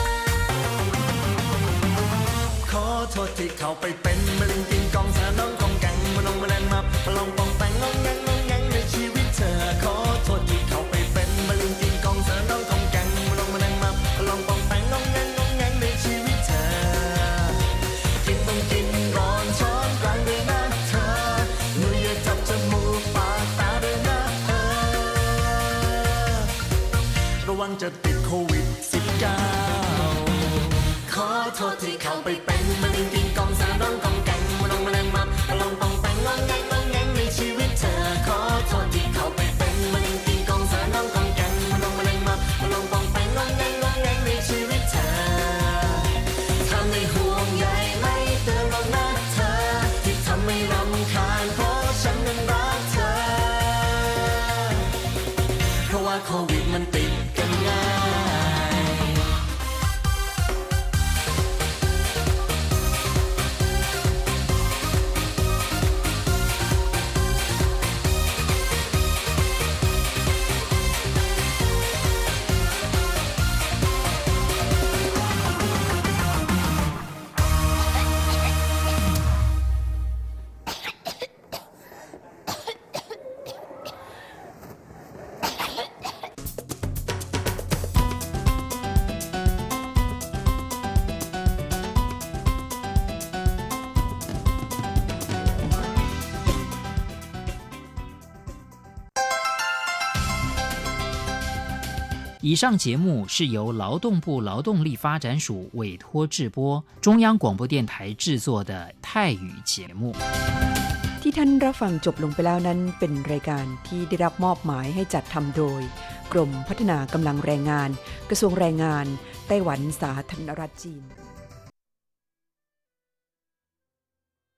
ขอโทษที่เขาไปเป็นมะเร็งกินกองเสริมน้องกองแกงมะนงมะเร็งมับมะลองปองแปงงอนแงงงอนแงงในชีวิตเธอขอโทษที่เขาไปเป็นมะเร็งกินกองเสริมน้องกองแกงมะนงมะเร็งมับมะลองปองแปงงอนแงงงอนแงงในชีวิตเธอกินต้องกินร้อนช้อนกลางด้วยนะเธอมืออย่าจับจมูกปากตาด้วยนะเออระวังจะติดโควิด สิบเก้า ขอโทษที่เขาไปเป็นมะเร็งกินกองเสริมน้องกองแกงมะนงมะเร็งมับมะลองปองแปงงอนแงงงอนแงงในชีวิตเธอขอโทษที่เขาไปเป็นมะเร็งกินกองเสริมน้องกองแกงมะนงมะเร็งมับมะลองปองแปงงอนแงงงอนแงงในชีวิตเธอทำให้ห่วงใยไม่เตือนหรอกนะเธอที่ทำให้รำคาญเพราะฉันนั้นรักเธอเพราะว่าโควิดมันติดกันง่าย以上节目是由劳动部劳动力发展署委托制播，中央广播电台制作的泰语节目。 ที่ท่านรับฟังจบลงไปแล้วนั้นเป็นรายการที่ได้รับมอบหมายให้จัดทำโดยกรมพัฒนากำลังแรงงานกระทรวงแรงงานไต้หวันสาธารณรัฐจีน